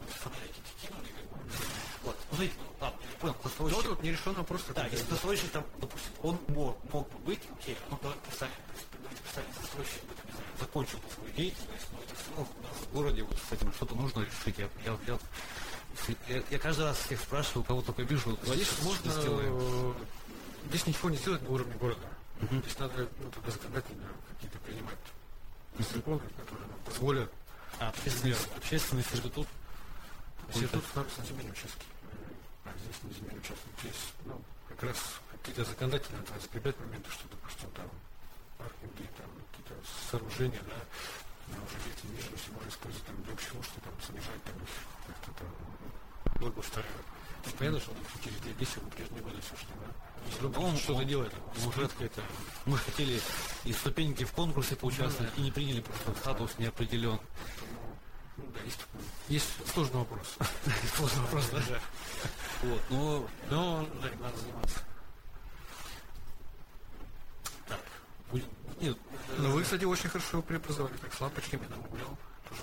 Вот, ну, знаете, ладно, я понял, застройщик. Ну, вот нерешенный вопрос. Да, если застройщик там, допустим, он мог бы быть, окей, ну, давайте представим, застройщик бы, там, не знаю, закончил бы свою деятельность, но это все равно у нас в городе вот с этим что-то нужно решить. Я каждый раз всех спрашиваю, у кого только вижу, здесь можно сделаем. Здесь ничего не сделать на уровне города. Здесь надо тогда законодательно какие-то принимать законы, которые нам позволят. Общественный сервитут. Сервитут становится на земельном участке. А здесь на земельном участке. Здесь, ну, как раз какие-то законодательно надо закреплять моменты, что, допустим, там паркинги, там какие-то сооружения, да, уже есть недвижимость, можно использовать там для общего, что там содержать, там их как-то там благоустраивать. Понятно, что через 2010 мы прежние годы все шли, да? Он что-то делает. Мы хотели и ступеньки в конкурсе поучаствовать, и не приняли, просто статус не определен. Да, есть сложный вопрос. Сложный вопрос, да? Вот, но да, надо заниматься. Так, будем. Нет. Но вы, кстати, очень хорошо преобразовали, как с лампочками нам углем.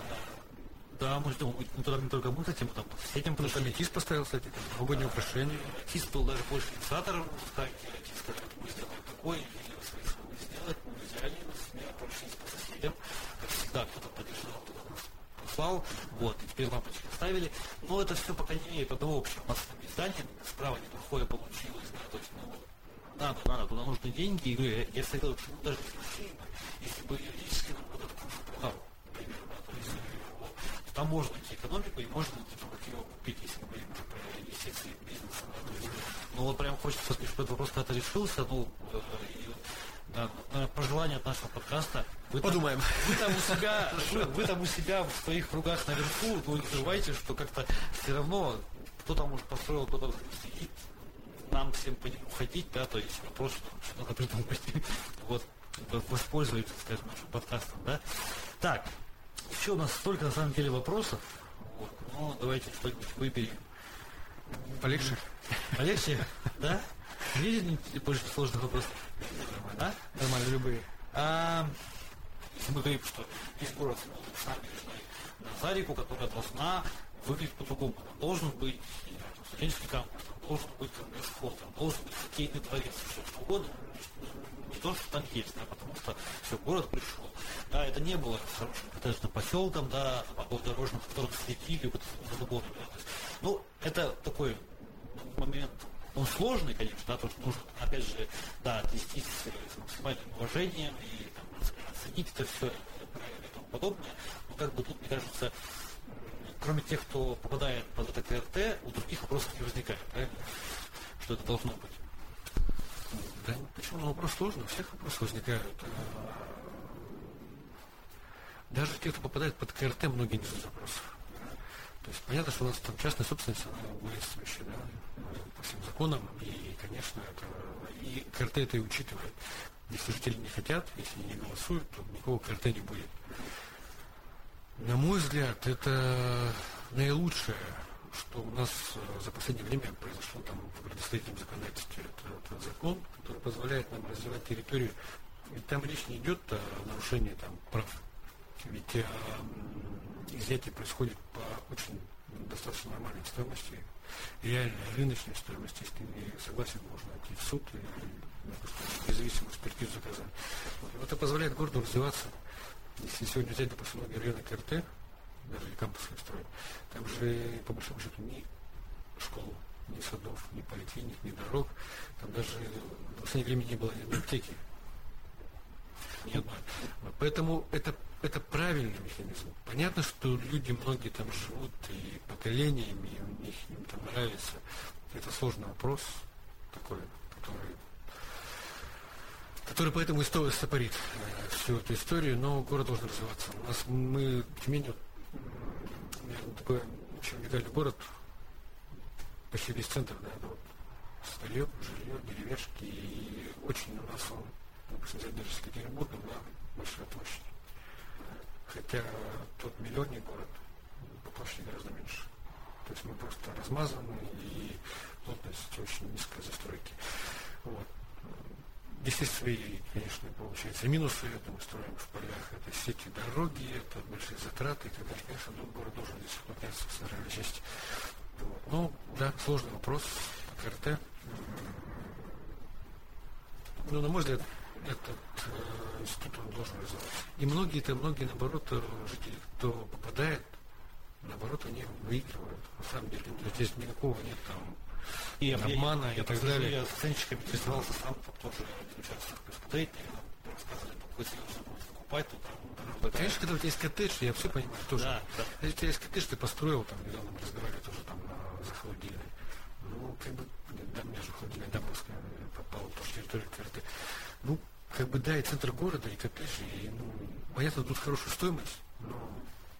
Да, мы ждем. Мы туда не только мы, кстати, мы там с этим подошли. Аметист поставил, кстати, новогоднее украшение. Аметист был даже больше инициатором. Так, аметист, мы сделали такой, сделать, мы взяли, прошлись по соседям. Как всегда, кто-то поддержал, кто-то послал. Вот, и теперь лампочки ставили. Но это все пока не имеет одного общего массового издания. Справа неплохое получилось. Да, то есть, надо, туда нужны деньги. И говорю, я советую, что даже если бы юридически нам вот этот курс примерно, да, то есть там можно найти экономику и можно его купить, если мы говорим уже про инвестиции в бизнес. Да, то есть, ну вот прям хочется, чтобы этот вопрос когда-то решился. Ну, да, пожелание от нашего подкаста. Подумаем. Вы там у себя в своих кругах наверху, ну не забывайте, что как-то все равно кто-то может построил, кто-то сидит. Нам всем по нему ходить, да, то есть вопрос, что надо придумать. Вот, воспользуйтесь, скажем, нашим подкастом, да. Так, еще у нас столько, на самом деле, вопросов. Вот, ну, давайте что-нибудь выберем. Полегче? Полегче? Да? Видите больше сложных вопросов? А? Нормально, любые. Если мы говорим, что есть город с набережной Назарику, которая должна выглядеть по-другому. Там должен быть студенческий кампус, там должен быть коммерсфлот, там должен быть хоккейный дворец, все что угодно. Не то, что там есть, да, потому что все, город пришел. Да, это не было хорошим коттеджным поселком, да, дорожным, в котором следили вот заборы. Да, ну, это такой момент. Он сложный, конечно, да, потому что нужно, опять же, да, отнестись с максимальным уважением и там, оценить это все и тому подобное. Но как бы тут, мне кажется, кроме тех, кто попадает под это КРТ, у других вопросов не возникает, правильно? Что это должно быть. Да, почему? Ну, вопрос сложный, у всех вопросы возникают. Даже те, кто попадает под КРТ, многие не задают запросов. То есть понятно, что у нас там частная собственность, она главенствующая, да, по всем законам, и, конечно, это, и КРТ это и учитывает. Если жители не хотят, если не голосуют, то никакого КРТ не будет. На мой взгляд, это наилучшее, что у нас за последнее время произошло там в градостроительном законодательстве. Это закон, который позволяет нам развивать территорию. И там речь не идет о нарушении там прав. Ведь изъятие происходит по очень достаточно нормальной стоимости, реальной рыночной стоимости. Если не согласен, можно идти в суд и независимую экспертизу заказать. Вот это позволяет городу развиваться. Если сегодня взять, допустим, многие районы КРТ, даже и кампусные строят, там же, по большому счету, ни школ, ни садов, ни поликлиник, ни дорог, там даже в последнее время не было ни одной аптеки. Ни одной. Поэтому это правильный механизм. Понятно, что люди многие там живут и поколениями, и у них им там нравится. Это сложный вопрос такой, который поэтому и стопорит всю эту историю, но город должен развиваться. У нас мы, Тюмень, такой очень уникальный город, почти весь центр, да, вот, жилье, деревяшки, и очень у нас он, допустим, взять даже с Екатеринбургом, да, большая площадь. Хотя тот миллионный город по площади гораздо меньше. То есть мы просто размазаны, и плотность очень низкой застройки. Вот. Здесь есть свои, конечно, получается, минусы. Это мы строим в полях, это сети дороги, это большие затраты, и так далее. Конечно, город должен здесь уплотняться в центральной части. Вот. Ну, да, сложный вопрос по КРТ. Но, на мой взгляд, этот институт он должен развиваться. И многие, наоборот, жители, кто попадает, наоборот, они выигрывают. На самом деле, здесь никакого нет там и обмана и так далее. Я с ценщиками интересовался сам, тоже участвовал в посмотреть, рассказывали, какой серьезно можно покупать. Конечно, когда у тебя есть коттедж, я все понимаю, тоже. Да. Если у тебя есть коттедж, ты построил, там, недавно мы разговаривали тоже там за холодильной. Ну, как бы, да, у меня же холодильная дамбовская попала по территории КРТ. Ну, как бы, да, и центр города, и коттеджи, и, ну, понятно, тут хорошая стоимость, но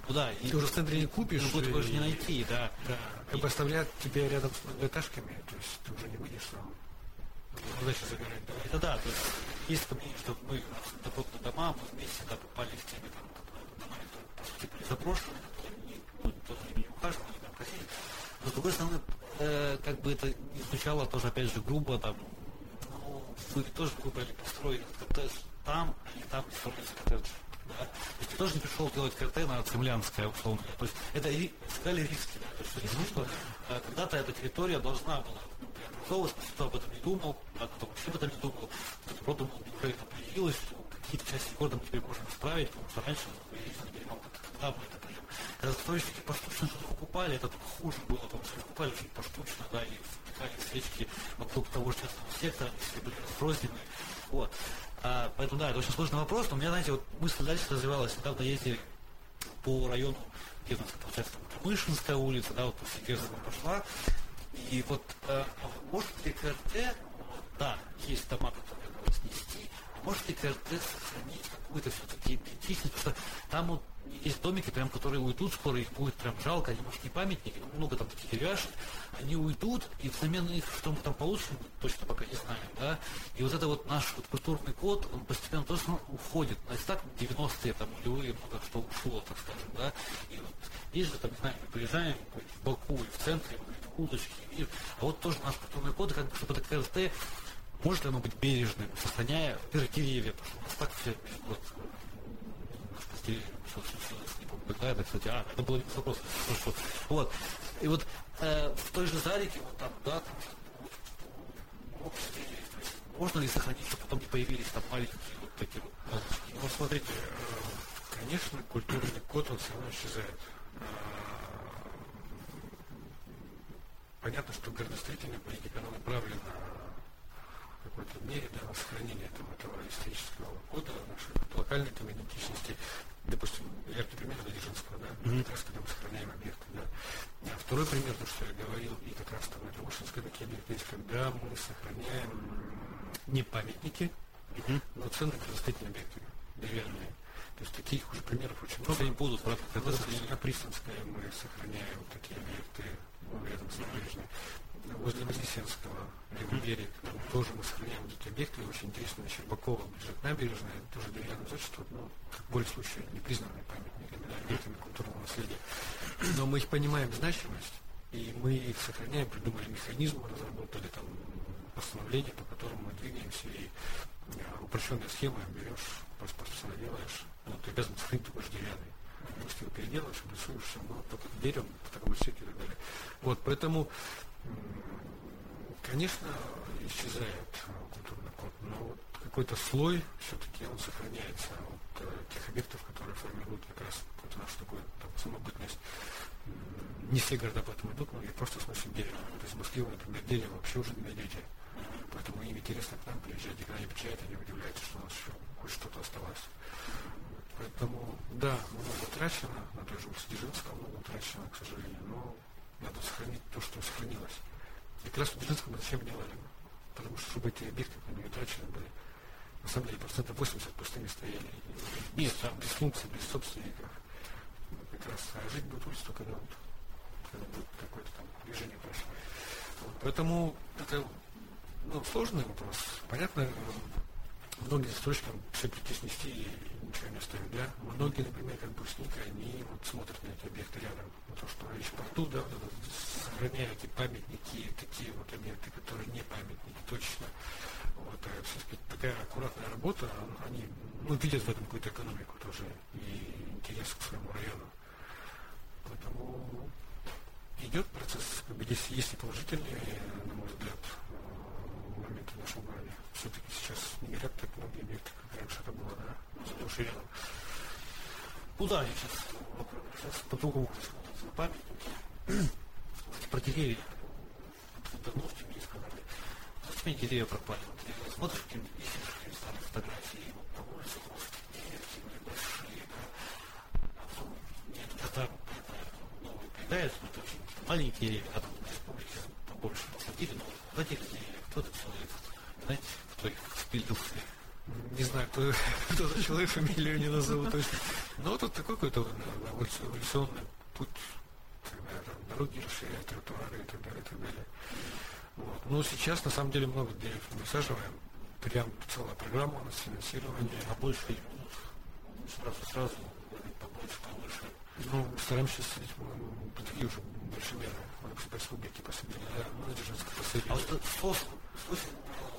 Ну да, ты уже в центре не купишь. Ты будешь не найти, да. Да. Как бы оставляют тебя рядом с многоэтажками, то есть ты уже не выйдешь сам. Удачи загорать. Да. Это да, то есть есть мнение, что мы на дома, мы вместе попали в теми домами, которые, по сути, были заброшены, тоже не ухаживали, не просили. Но с другой стороны, как бы это не звучало тоже, опять же, грубо, там, ну, вы тоже выбрали построить коттедж там, а не там строить коттедж. Да? То есть ты тоже не пришел делать КТ на Цемлянское, условно. То есть это искали риски. Да? То есть что когда-то эта территория должна была преобразовываться, кто об этом не думал, а кто вообще об этом не думал, кто думал, что это появилось, какие-то части города мы теперь можем исправить, потому что раньше мы не понимали, когда мы это пойдем. Когда застройщики поштучно что-то покупали, это только хуже было, потому что покупали очень поштучно, да, и втыкали свечки вокруг того же частного сектора, все были разрознены. Вот. Поэтому, да, это очень сложный вопрос, но у меня, знаете, вот мысль дальше развивалась. Недавно ездили по району, где у нас, получается, Мышинская улица, да, вот после Герцога пошла. И вот, может ли КРТ, да, есть дома, которые надо снести, может ли КРТ сохранить какую-то все-таки идентичность, потому что там вот есть домики, прям, которые уйдут скоро, их будет прям жалко, они, может, не памятники, но много там таких деревяшек, они уйдут, и взамен их, что мы там получим, точно пока не знаем, да, и вот это вот наш вот культурный код, он постепенно тоже уходит, а так 90-е, там, нулевые, много что ушло, так скажем, да, и вот есть же, там, не знаю, мы приезжаем в Баку, и в центре, в удочки, а вот тоже наш культурный код, как бы, чтобы это КРТ, может ли оно быть бережным, сохраняя, во-первых, деревья, потому что у нас так все, вот, не помню, когда это, кстати, это был один вопрос, хорошо. Вот, и вот в той же Зарике, вот там, да, там, можно ли сохранить, чтобы потом не появились там маленькие вот такие вот галочки? Ну, смотрите, конечно, культурный код, он все равно исчезает. Понятно, что градостроительная политика, она направлена в какой-то мере, да, на сохранение этого исторического кода, нашей локальной там идентичности. Допустим, яркий пример Дзержинского, да, как раз когда мы сохраняем объекты, да. А второй пример, то, что я говорил, и как раз там это Мышинская такие объекты есть, когда мы сохраняем не памятники, но ценные градостроительные объекты, деревянные. То есть таких уже примеров очень много. Они будут, правда, на Пристанской мы сохраняем вот такие объекты рядом с набережной. Возле Вознесенского, левый берег, тоже мы сохраняем вот эти объекты. Очень интересно, на Щербакова, ближе к набережной, тоже деревянное зодчество, ну, в более случае, непризнанные памятники, да, объектами культурного наследия. Но мы их понимаем значимость, и мы их сохраняем, придумали механизмы, разработали там постановление, по которому мы двигаемся, и упрощенная схема, берешь, просто делаешь, ну, ты обязан сохранить только же деревянный. Если его переделаешь, обрисуешь, но только деревом, по такому цвету и так далее. Вот, поэтому, конечно, исчезает культурный код, но вот какой-то слой все-таки он сохраняется от тех объектов, которые формируют как раз какую-то нашу такую самобытность. Не все города по этому идут, но и просто сносят дерево. То есть в Москве, например, дерево вообще уже не найдете. Поэтому им интересно к нам приезжать, и когда они приезжают, они удивляются, что у нас еще хоть что-то осталось. Поэтому, да, много утрачено, на той же Дзержинском много утрачено, к сожалению, но надо сохранить то, что сохранилось. И как раз в Дзержинском мы зачем делали? Потому что, чтобы эти объекты не утрачены были, на самом деле, 80% пустыми стояли. Нет, там без функций, без собственников. Как раз жить будут улицы только когда будет какое-то там движение прошло. Вот, поэтому это сложный вопрос. Понятно, многие застройщикам все прийти снести и ничего не оставить, да? Многие, например, как брусника, они вот смотрят на эти объекты рядом. На то, что еще порту, да, сохраняют эти памятники, такие вот объекты, которые не памятники, точно. Вот, все-таки такая аккуратная работа, они видят в этом какую-то экономику тоже и интерес к своему району. Поэтому идет процесс, как бы здесь есть и положительные, на мой взгляд, моменты в нашем городе. Все-таки сейчас не горят так многие объекты, как раньше это было, да, сплошь и рядом. Ну да, сейчас по-другому смотрятся памятники. Про деревья. Давно в Тюмени сказали. Зачем деревья пропали? Вот, смотришь какие-нибудь старые фотографии, вот по улице просто деревья были большие, да. А потом нет, когда новые появляются, это очень маленькие деревья, а там в республике побольше посадили, но вот этих деревьев кто-то человек, знаете, кто их спилил. Не знаю, кто за человек, фамилию не назову точно. Ну, вот такой какой-то эволюционный путь, когда там дороги расширяют, тротуары и так далее, и так далее. Вот. Но сейчас, на самом деле, много деревьев мы высаживаем. Прям целая программа у нас финансирования. А больше сразу побольше. Ну, стараемся садить такие уже большие меры. Мы по республике посадили, да, на Дзержинской посадили. А вот слушай,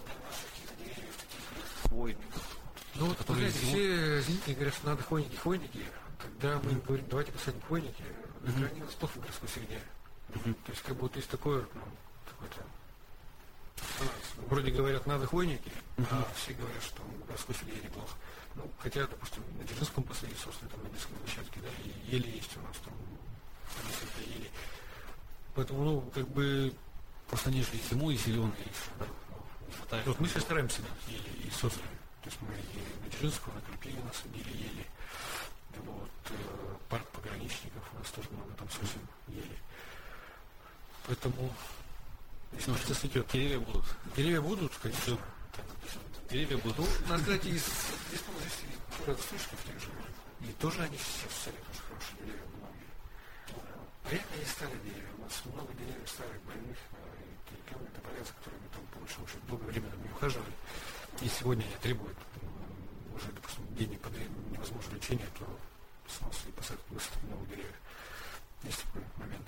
хвойников. Ну вот, понимаете, все зрители говорят, что надо хвойники. Когда мы говорим, давайте посадим хвойники, они нас плохо в городской среде. То есть, как будто есть такое, какое-то... Вроде говорят, надо хвойники, а все говорят, что в городской среде неплохо. Ну, хотя, допустим, на Дзержинском посадили, собственно, там на детской площадке, да, и ели есть у нас там, несколько ели. Поэтому, ну, как бы... Просто они же и зимой зеленые еще, да? Вот мы все стараемся ели и сосны. То есть мы и на Дзержинского, на Крапиве насадили ели. Вот, парк пограничников у нас тоже много там сосен ели. Поэтому... Если процесс идет, деревья будут. Деревья будут, конечно. Деревья будут. Ну, надо сказать, есть радостушков тех же. И тоже они сейчас стали тоже хорошие деревья, многие. Реально есть старые деревья. У нас много деревьев старых, больных, и темные тополянцы, которые мы там, по большому счету, долгое время там не ухаживали. И сегодня они требуют уже, допустим, денег под невозможное лечение, то снос и посадка высадки новых деревьев. Есть такой момент.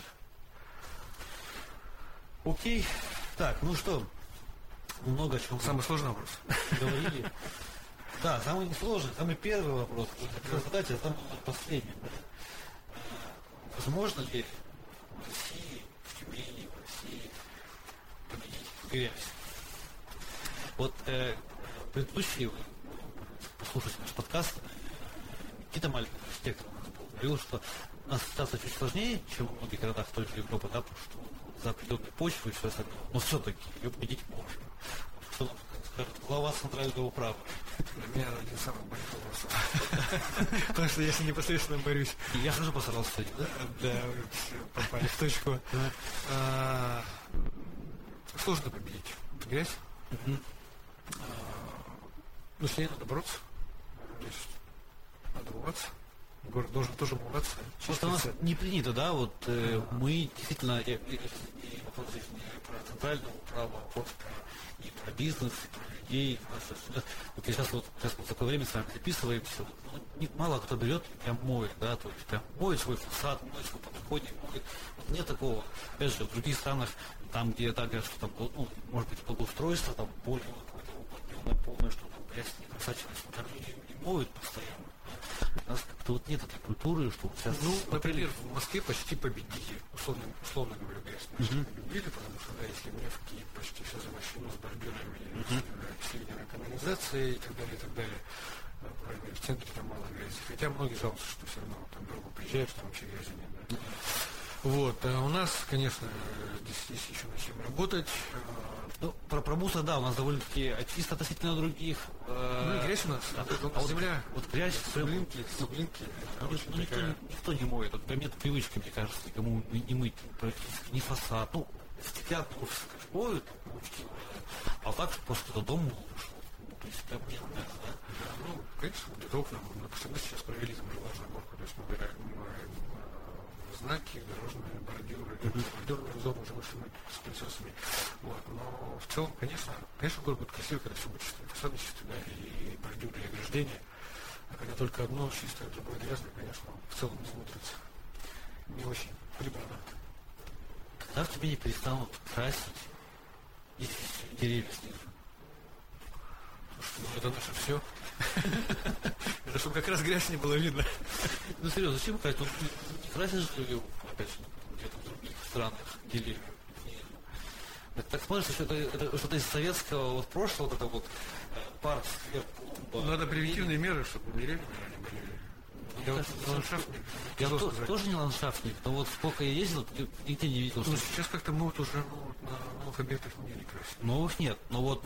Окей. Так, ну что, много чего. Самый сложный вопрос. Говорили. Да, самый несложный, самый первый вопрос. Задайте, а там последний. Возможно ли в России, в Тюмени, в России победить грязь? Вот предыдущий, послушайте наш подкаст, Никита Мальков, архитектор, говорил, что у нас ситуация чуть сложнее, чем в многих городах той же Европы, да, потому что за определенной почвой и все остальное. Но все-таки ее победить можно. Что скажет глава Центрального управы? У меня один самый большой вопрос. Потому что я с ним непосредственно борюсь. Я тоже постарался сегодня, да? Да, попали в точку. Сложно победить грязь. Но с ней надо бороться. То есть надо умываться. Город должен тоже умываться. Просто у нас не принято, да, вот мы действительно и про центральную управу, и про бизнес, и про людей. Вот я сейчас вот такое время с вами записываемся, мало кто берет и прям моет, да, то есть прям моет свой фасад, моет свой подходник, моет. Вот нет такого. Опять же, в других странах, там, где так говорят, что там, ну, может быть, благоустройство, там более полное, что там грязь не просачивается, там не моют постоянно. У нас как-то вот нет этой культуры, что сейчас... Ну, например, в Москве почти победили, условно говорю, грязь. Победили, потому что, да, если Невки почти все замощено с бордюрами, с линейной канализацией и так далее, и так далее. В центре там мало грязи. Хотя многие жалуются, что все равно там дорогу приезжаешь, там вообще грязи нет. Да? Вот, а у нас, конечно, здесь есть еще над чем работать. Ну, про мусор, да, у нас довольно-таки чисто относительно других. Ну, и грязь у нас, земля. Вот грязь, суглинки. Никто не моет. Вот прям нет привычки, мне кажется, никому не мыть практически ни фасад. Ну, стеклянный офис моют, а вот так, что просто кто-то дом ушел. То есть прям нет, да. Ну, конечно, где-то окна, допустим, мы сейчас провели там железную уборку, то есть мы убираем знаки, дорожные бордюры, бордюрную зону уже вышли с пылесосами. Вот. Но в целом, конечно, город будет красивый, когда все будет чисто, фасады чистые, да, и бордюры, и ограждения. А когда только одно чистое, другое грязное, конечно, в целом смотрится не очень прибыльно. Когда в тебе не перестанут красить и деревья снизу? Это наше все. Это чтобы как раз грязь не было видно. Ну серьезно, зачем красить? Не красишь же, опять же, где-то в других странах деревья. Это так смотришь, что это что-то из советского вот прошлого, вот это вот парк сверху. Надо превентивные меры, чтобы деревья не были. Я вот ландшафтник. Я тоже не ландшафтник, но вот сколько я ездил, нигде не видел. Ну сейчас как-то мы вот уже на новых объектах не красим. Новых нет, но вот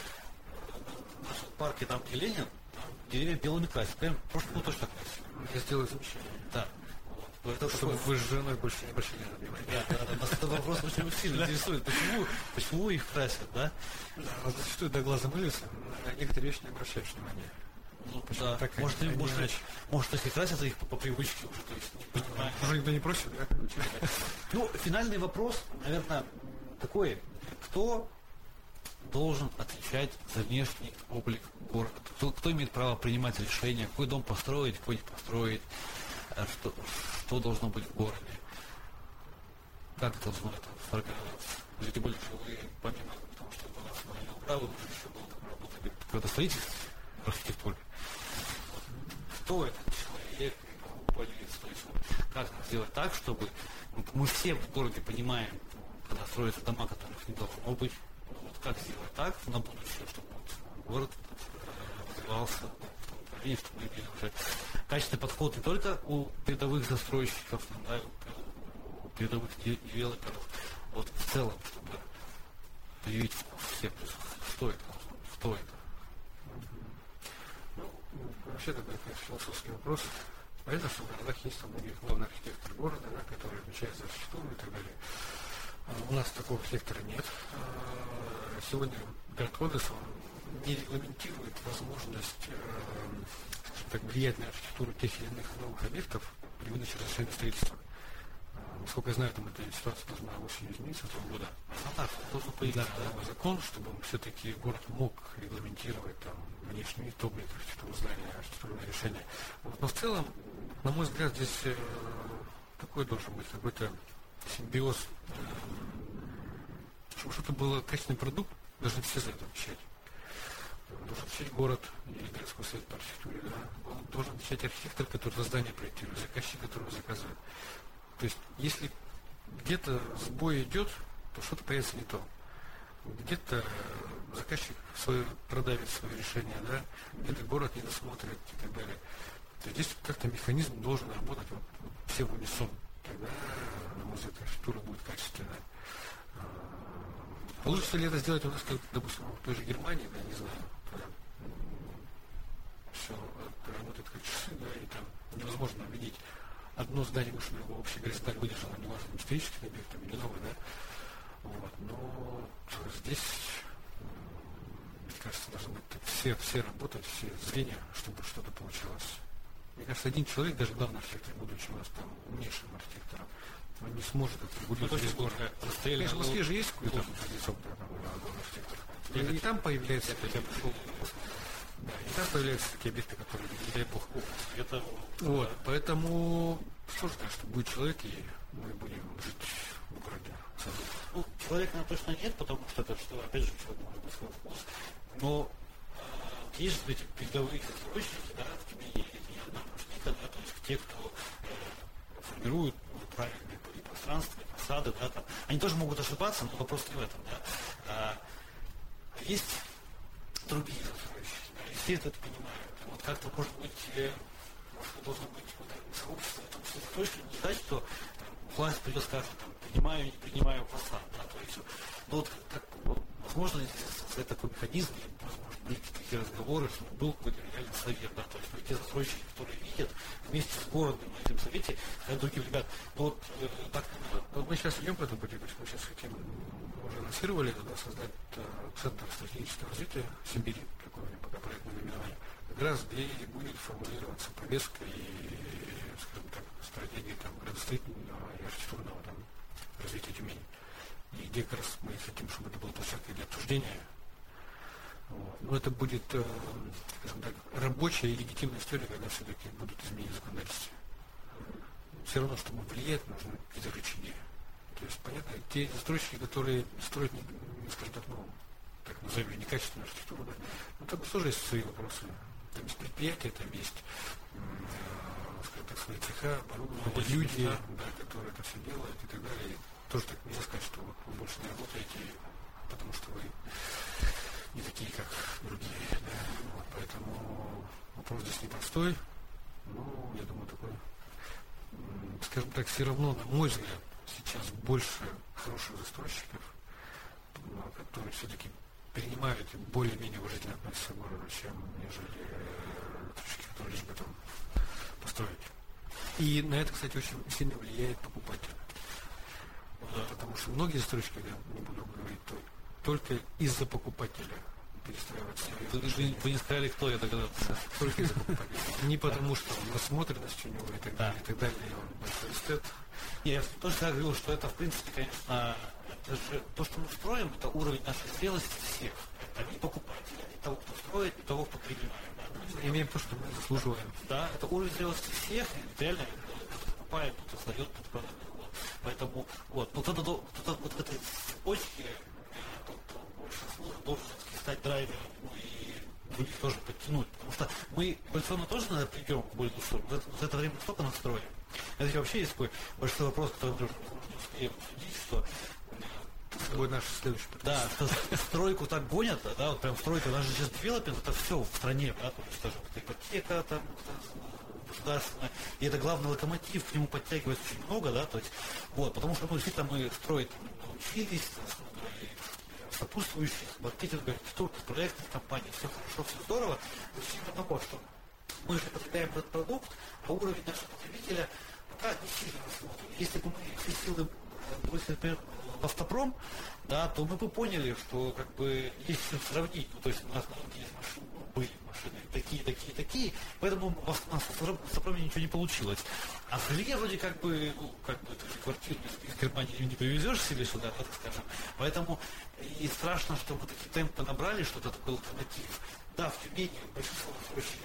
в парке там, где Ленин, деревья белыми красят. Прям прошлый год точно красили. Я сделаю замечание. Да. Это чтобы вы с женой больше не пошли. Да. Нас этот вопрос очень сильно интересует. Почему их красят, да? Да, зачастую до глаза мылись, на некоторые вещи не обращаешь внимания. Ну, да. Так, может, если красятся их по привычке уже, то есть не понимаю. Уже никто не просит, да? Ну, финальный вопрос, наверное, такой. Кто должен отвечать за внешний облик города? Кто имеет право принимать решения, какой дом построить, какой не построить, что должно быть в городе? Как должно это формироваться? Тем более, что вы, помимо того, что у нас военного права, вы еще был работали в градостроительстве, в архитектуре. Кто этот человек, то есть как сделать так, чтобы мы все в городе понимаем, когда строятся дома, которых не должно быть, вот как сделать так на будущее, чтобы город развивался, чтобы мы имели уже качественный подход не только у передовых застройщиков, да, у передовых девелоперов, вот в целом, чтобы появить все, что это. Ну, вообще такой, конечно, философский вопрос. Понятно, что в городах есть там многие главный архитектор города, да, который отвечает за архитектуру и так далее. У нас такого архитектора нет. Сегодня город кодекс не регламентирует возможность так, влиять на архитектуру тех или иных новых объектов при выдаче разрешения на строительство. Насколько я знаю, там эта ситуация должна осенью измениться этого года. Должен появиться новый закон, чтобы все-таки город мог регламентировать там внешний вид, облик, архитектуру здания, архитектурное решение. Вот. Но в целом, на мой взгляд, здесь такой должен быть какой-то симбиоз. Чтобы что-то было качественный продукт, должны все за это отвечать. Должен отвечать город или городской совет по архитектуре, да? Он должен отвечать архитектор, который за здание проектирует, заказчик, который заказывает. То есть, если где-то сбой идет, то что-то появится не то. Где-то заказчик продавит свое решение, да, где-то город не досмотрит и так далее. То есть здесь как-то механизм должен работать вот все в унисон. Тогда, на мой взгляд, архитектура будет качественная. Получится ли это сделать у нас, как, допустим, в той же Германии, да, не знаю, все работает как часы, да, и там невозможно обвинить одно здание выше другого, вообще говоря, сталь выдержана, неважно, историческим объектом или новый, да. Вот, но здесь, мне кажется, должны быть все работать, все звенья, чтобы что-то получилось. Мне кажется, один человек, даже главный архитектор, будучи у нас там умнейшим архитектором, он не сможет отрегулировать весь город. Конечно, в Москве же есть какой-то традиционный главный архитектор. И там появляется, я пришел, да, и там появляются такие объекты, которые, не дай бог, это вот, поэтому сложно, что будет человек, и мы будем жить в городе. Ну, человека нам точно нет, потому что это, что, опять же, человек может быть свой вкус. Но есть же эти передовые застройщики, да, в Тюмени или однопушника, да, то есть те, кто формирует правильные пространства, фасады, да, там. Они тоже могут ошибаться, но вопрос не в этом, да. Есть другие застройщики, да, и все это понимают. Вот как-то, может быть, должно быть сообщество, потому что застройщик не знать, что власть придет, скажет, там, принимаю, не принимаю фасад, да, то есть, ну, вот, как, возможно, если такой механизм, возможно, были такие разговоры, чтобы был какой-то реальный совет, да, то есть, те застройщики, которые видят, вместе с городом на этом совете, другим ребят, ну, вот, так, вот мы сейчас идем по этому пути, мы сейчас хотим, уже анонсировали, туда создать Центр стратегического развития Сибири, такое пока проектное наименование, как раз где и будет формулироваться повестка и, скажем так, стратегия там градостроительного и архитектурного там развития Тюмени. И где как раз мы хотим, чтобы это было площадкой для обсуждения. Вот. Но это будет, скажем так, рабочая и легитимная история, когда все-таки будут изменения законодательства. Все равно, чтобы влиять, нужны какие-то рычаги. То есть, понятно, те застройщики, которые строят, скажем так, ну, так назовем, некачественную архитектуру, да, но там тоже есть свои вопросы. Там есть предприятия, там есть, скажем так, свои цеха, оборудование, люди, да, которые это все делают и так далее. И тоже так нельзя сказать, что вы больше не работаете, потому что вы не такие, как другие. Да? Вот, поэтому вопрос здесь непростой. Ну, я думаю, такой, скажем так, все равно, на мой взгляд, сейчас больше хороших застройщиков, которые все-таки принимают и более-менее уважительно относятся к городу, чем нежели застройщики, которые лишь бы там построить. И на это, кстати, очень сильно влияет покупатель. Потому что многие застройщики, я не буду говорить, только из-за покупателя перестраивать. Вы не сказали, кто я догадался. Только из-за покупателя. Не потому, что насмотренность у него и так далее, и он большой эстет. Я тоже говорил, что это, в принципе, конечно, это же то, что мы строим, это уровень нашей зрелости всех. Это не покупателя, не того, кто строит, не того, кто принимает. Мы имеем то, что мы заслуживаем. Да, это уровень зрелости всех, и реально кто покупает, кто создает, кто продает. Поэтому, вот кто-то вот в этой цепочке должен стать драйвером и других тоже подтянуть. Потому что мы эволюционно тоже, наверное, придем к более душевному. За это время столько настроим. Это вообще есть такой большой вопрос, который мы успеем обсудить, что будет наш следующий подкаст. Да, стройку так гонят, да, вот прям стройка, даже сейчас девелопмент, это все в стране, да, то есть даже ипотека там государственная, и это главный локомотив, к нему подтягивается очень много, да, то есть, вот, потому что, действительно, мы строить научились, сопутствующих, маркетинговых, архитектурных проектов, компаний, все хорошо, все здорово, очень одного, что мы же потребляем этот продукт, а уровень нашего потребителя пока не сильно смотрим. Если бы мы все силы бросили, например, в автопром, да, то мы бы поняли, что как бы есть с чем сравнить. То есть у нас есть машины, были машины такие, поэтому у нас в автопроме ничего не получилось. А в жилье вроде как бы ты же квартиру из Германии не привезешь себе сюда, так скажем. Поэтому и страшно, что мы такие темпы набрали, что это такой локомотив. Да, в Тюмени большинство застройщиков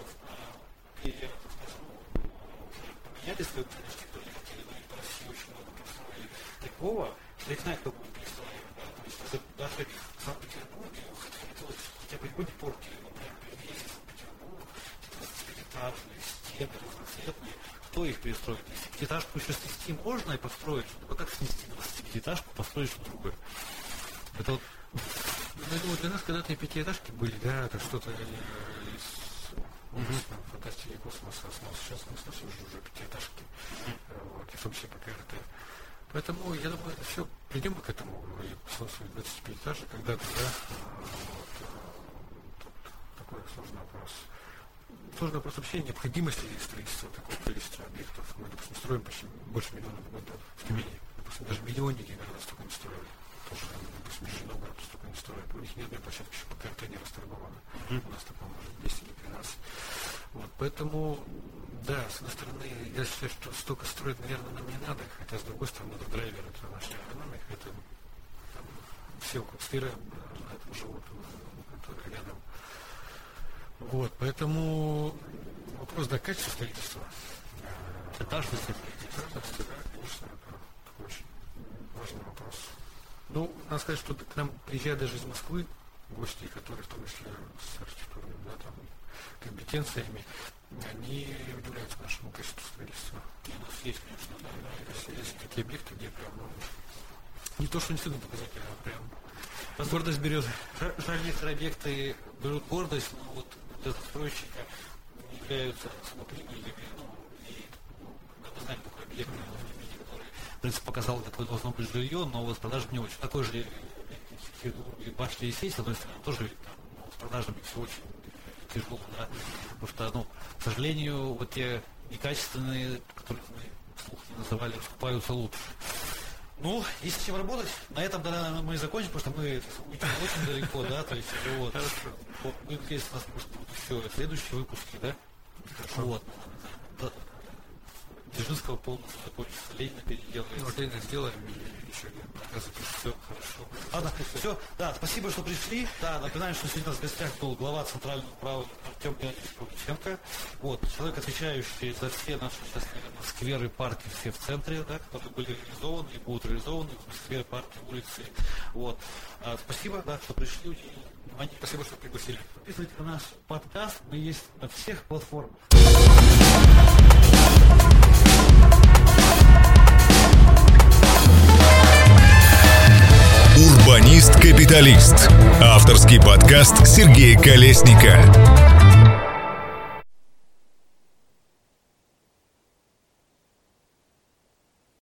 поменяли свои привычки, которые хотели говорить по России, очень много построили такого, что я не знаю, кто будет перестроить. То есть даже в Санкт-Петербурге хотелось хотя бы хоть портили, но прям перевесить в Санкт-Петербург, пятиэтажные стены, разноцветные, кто их перестроит? Если пятиэтажку еще снести можно и построить, но как снести 25-этажку, построить что-то другое? Это вот... Я думаю, для нас когда-то и пятиэтажки были, да, это что-то из фантастики космоса, сейчас у нас на все уже пятиэтажки, вот, и в том числе по КРТ. Поэтому, я думаю, все, придем к этому, и свои 25 этажей когда-то, да, вот, тут такой сложный вопрос. Сложный вопрос вообще необходимости строительства такого количества объектов. Мы, допустим, строим почти больше миллиона в год в Тюмени. Допустим, даже миллионники иногда столько не строили. Тоже, допустим, Нижегород столько не строят. У них ни одной площадки еще по КРТ не расторгованы. У нас такого может 10 или 13. Вот, поэтому, да, с одной стороны, я считаю, что столько строить, наверное, нам не надо, хотя, с другой стороны, это драйвер, это наша экономика, это там, все сферы на этом живут, это рядом. Вот, поэтому вопрос, да, качества строительства. Этажное строительство. Да, конечно, это такой очень важный вопрос. Ну, надо сказать, что к нам приезжают даже из Москвы гости, которые в том числе с архитектурными, да, там, компетенциями, они удивляются нашему качеству строительства. У нас есть, конечно, да, есть такие объекты, где прям, не то, что не стыдно показать, а прям гордость берет. Жаль, некоторые объекты берут гордость, но вот для застройщика не являются самоприбыльными, и мы знаем такой объект, который, в принципе, показал, какое должно быть жилье, но вот с продажами не очень. Такой же и башня и сеть, с одной стороны, тоже там, с продажами все очень тяжело, да, потому что, к сожалению, вот те некачественные, которые мы вслух не называли, скупаются лучше. Ну, есть с чем работать. На этом, наверное, мы и закончим, потому что мы уйдем очень далеко, да, то есть, вот. Вот, мы, если у нас, может, будут еще следующие выпуски, да? Хорошо. Вот. Дзержинского полностью закончится, Ленина переделывается. Ну, Ленина сделаем и еще один показ. Все хорошо. Ладно, все, да, спасибо, что пришли. Да, напоминаю, что сегодня у нас в гостях был глава Центрального права Артем Геннадьевич Павличенко. Вот, человек, отвечающий за все наши сейчас, наверное, скверы, парки, все в центре, да, которые были реализованы и будут реализованы, скверы, парки, улицы. Вот. Спасибо, да, что пришли, уделили внимание. Спасибо, что пригласили. Подписывайтесь на наш подкаст, мы есть на всех платформах. Урбанист-капиталист. Авторский подкаст Сергея Колесника.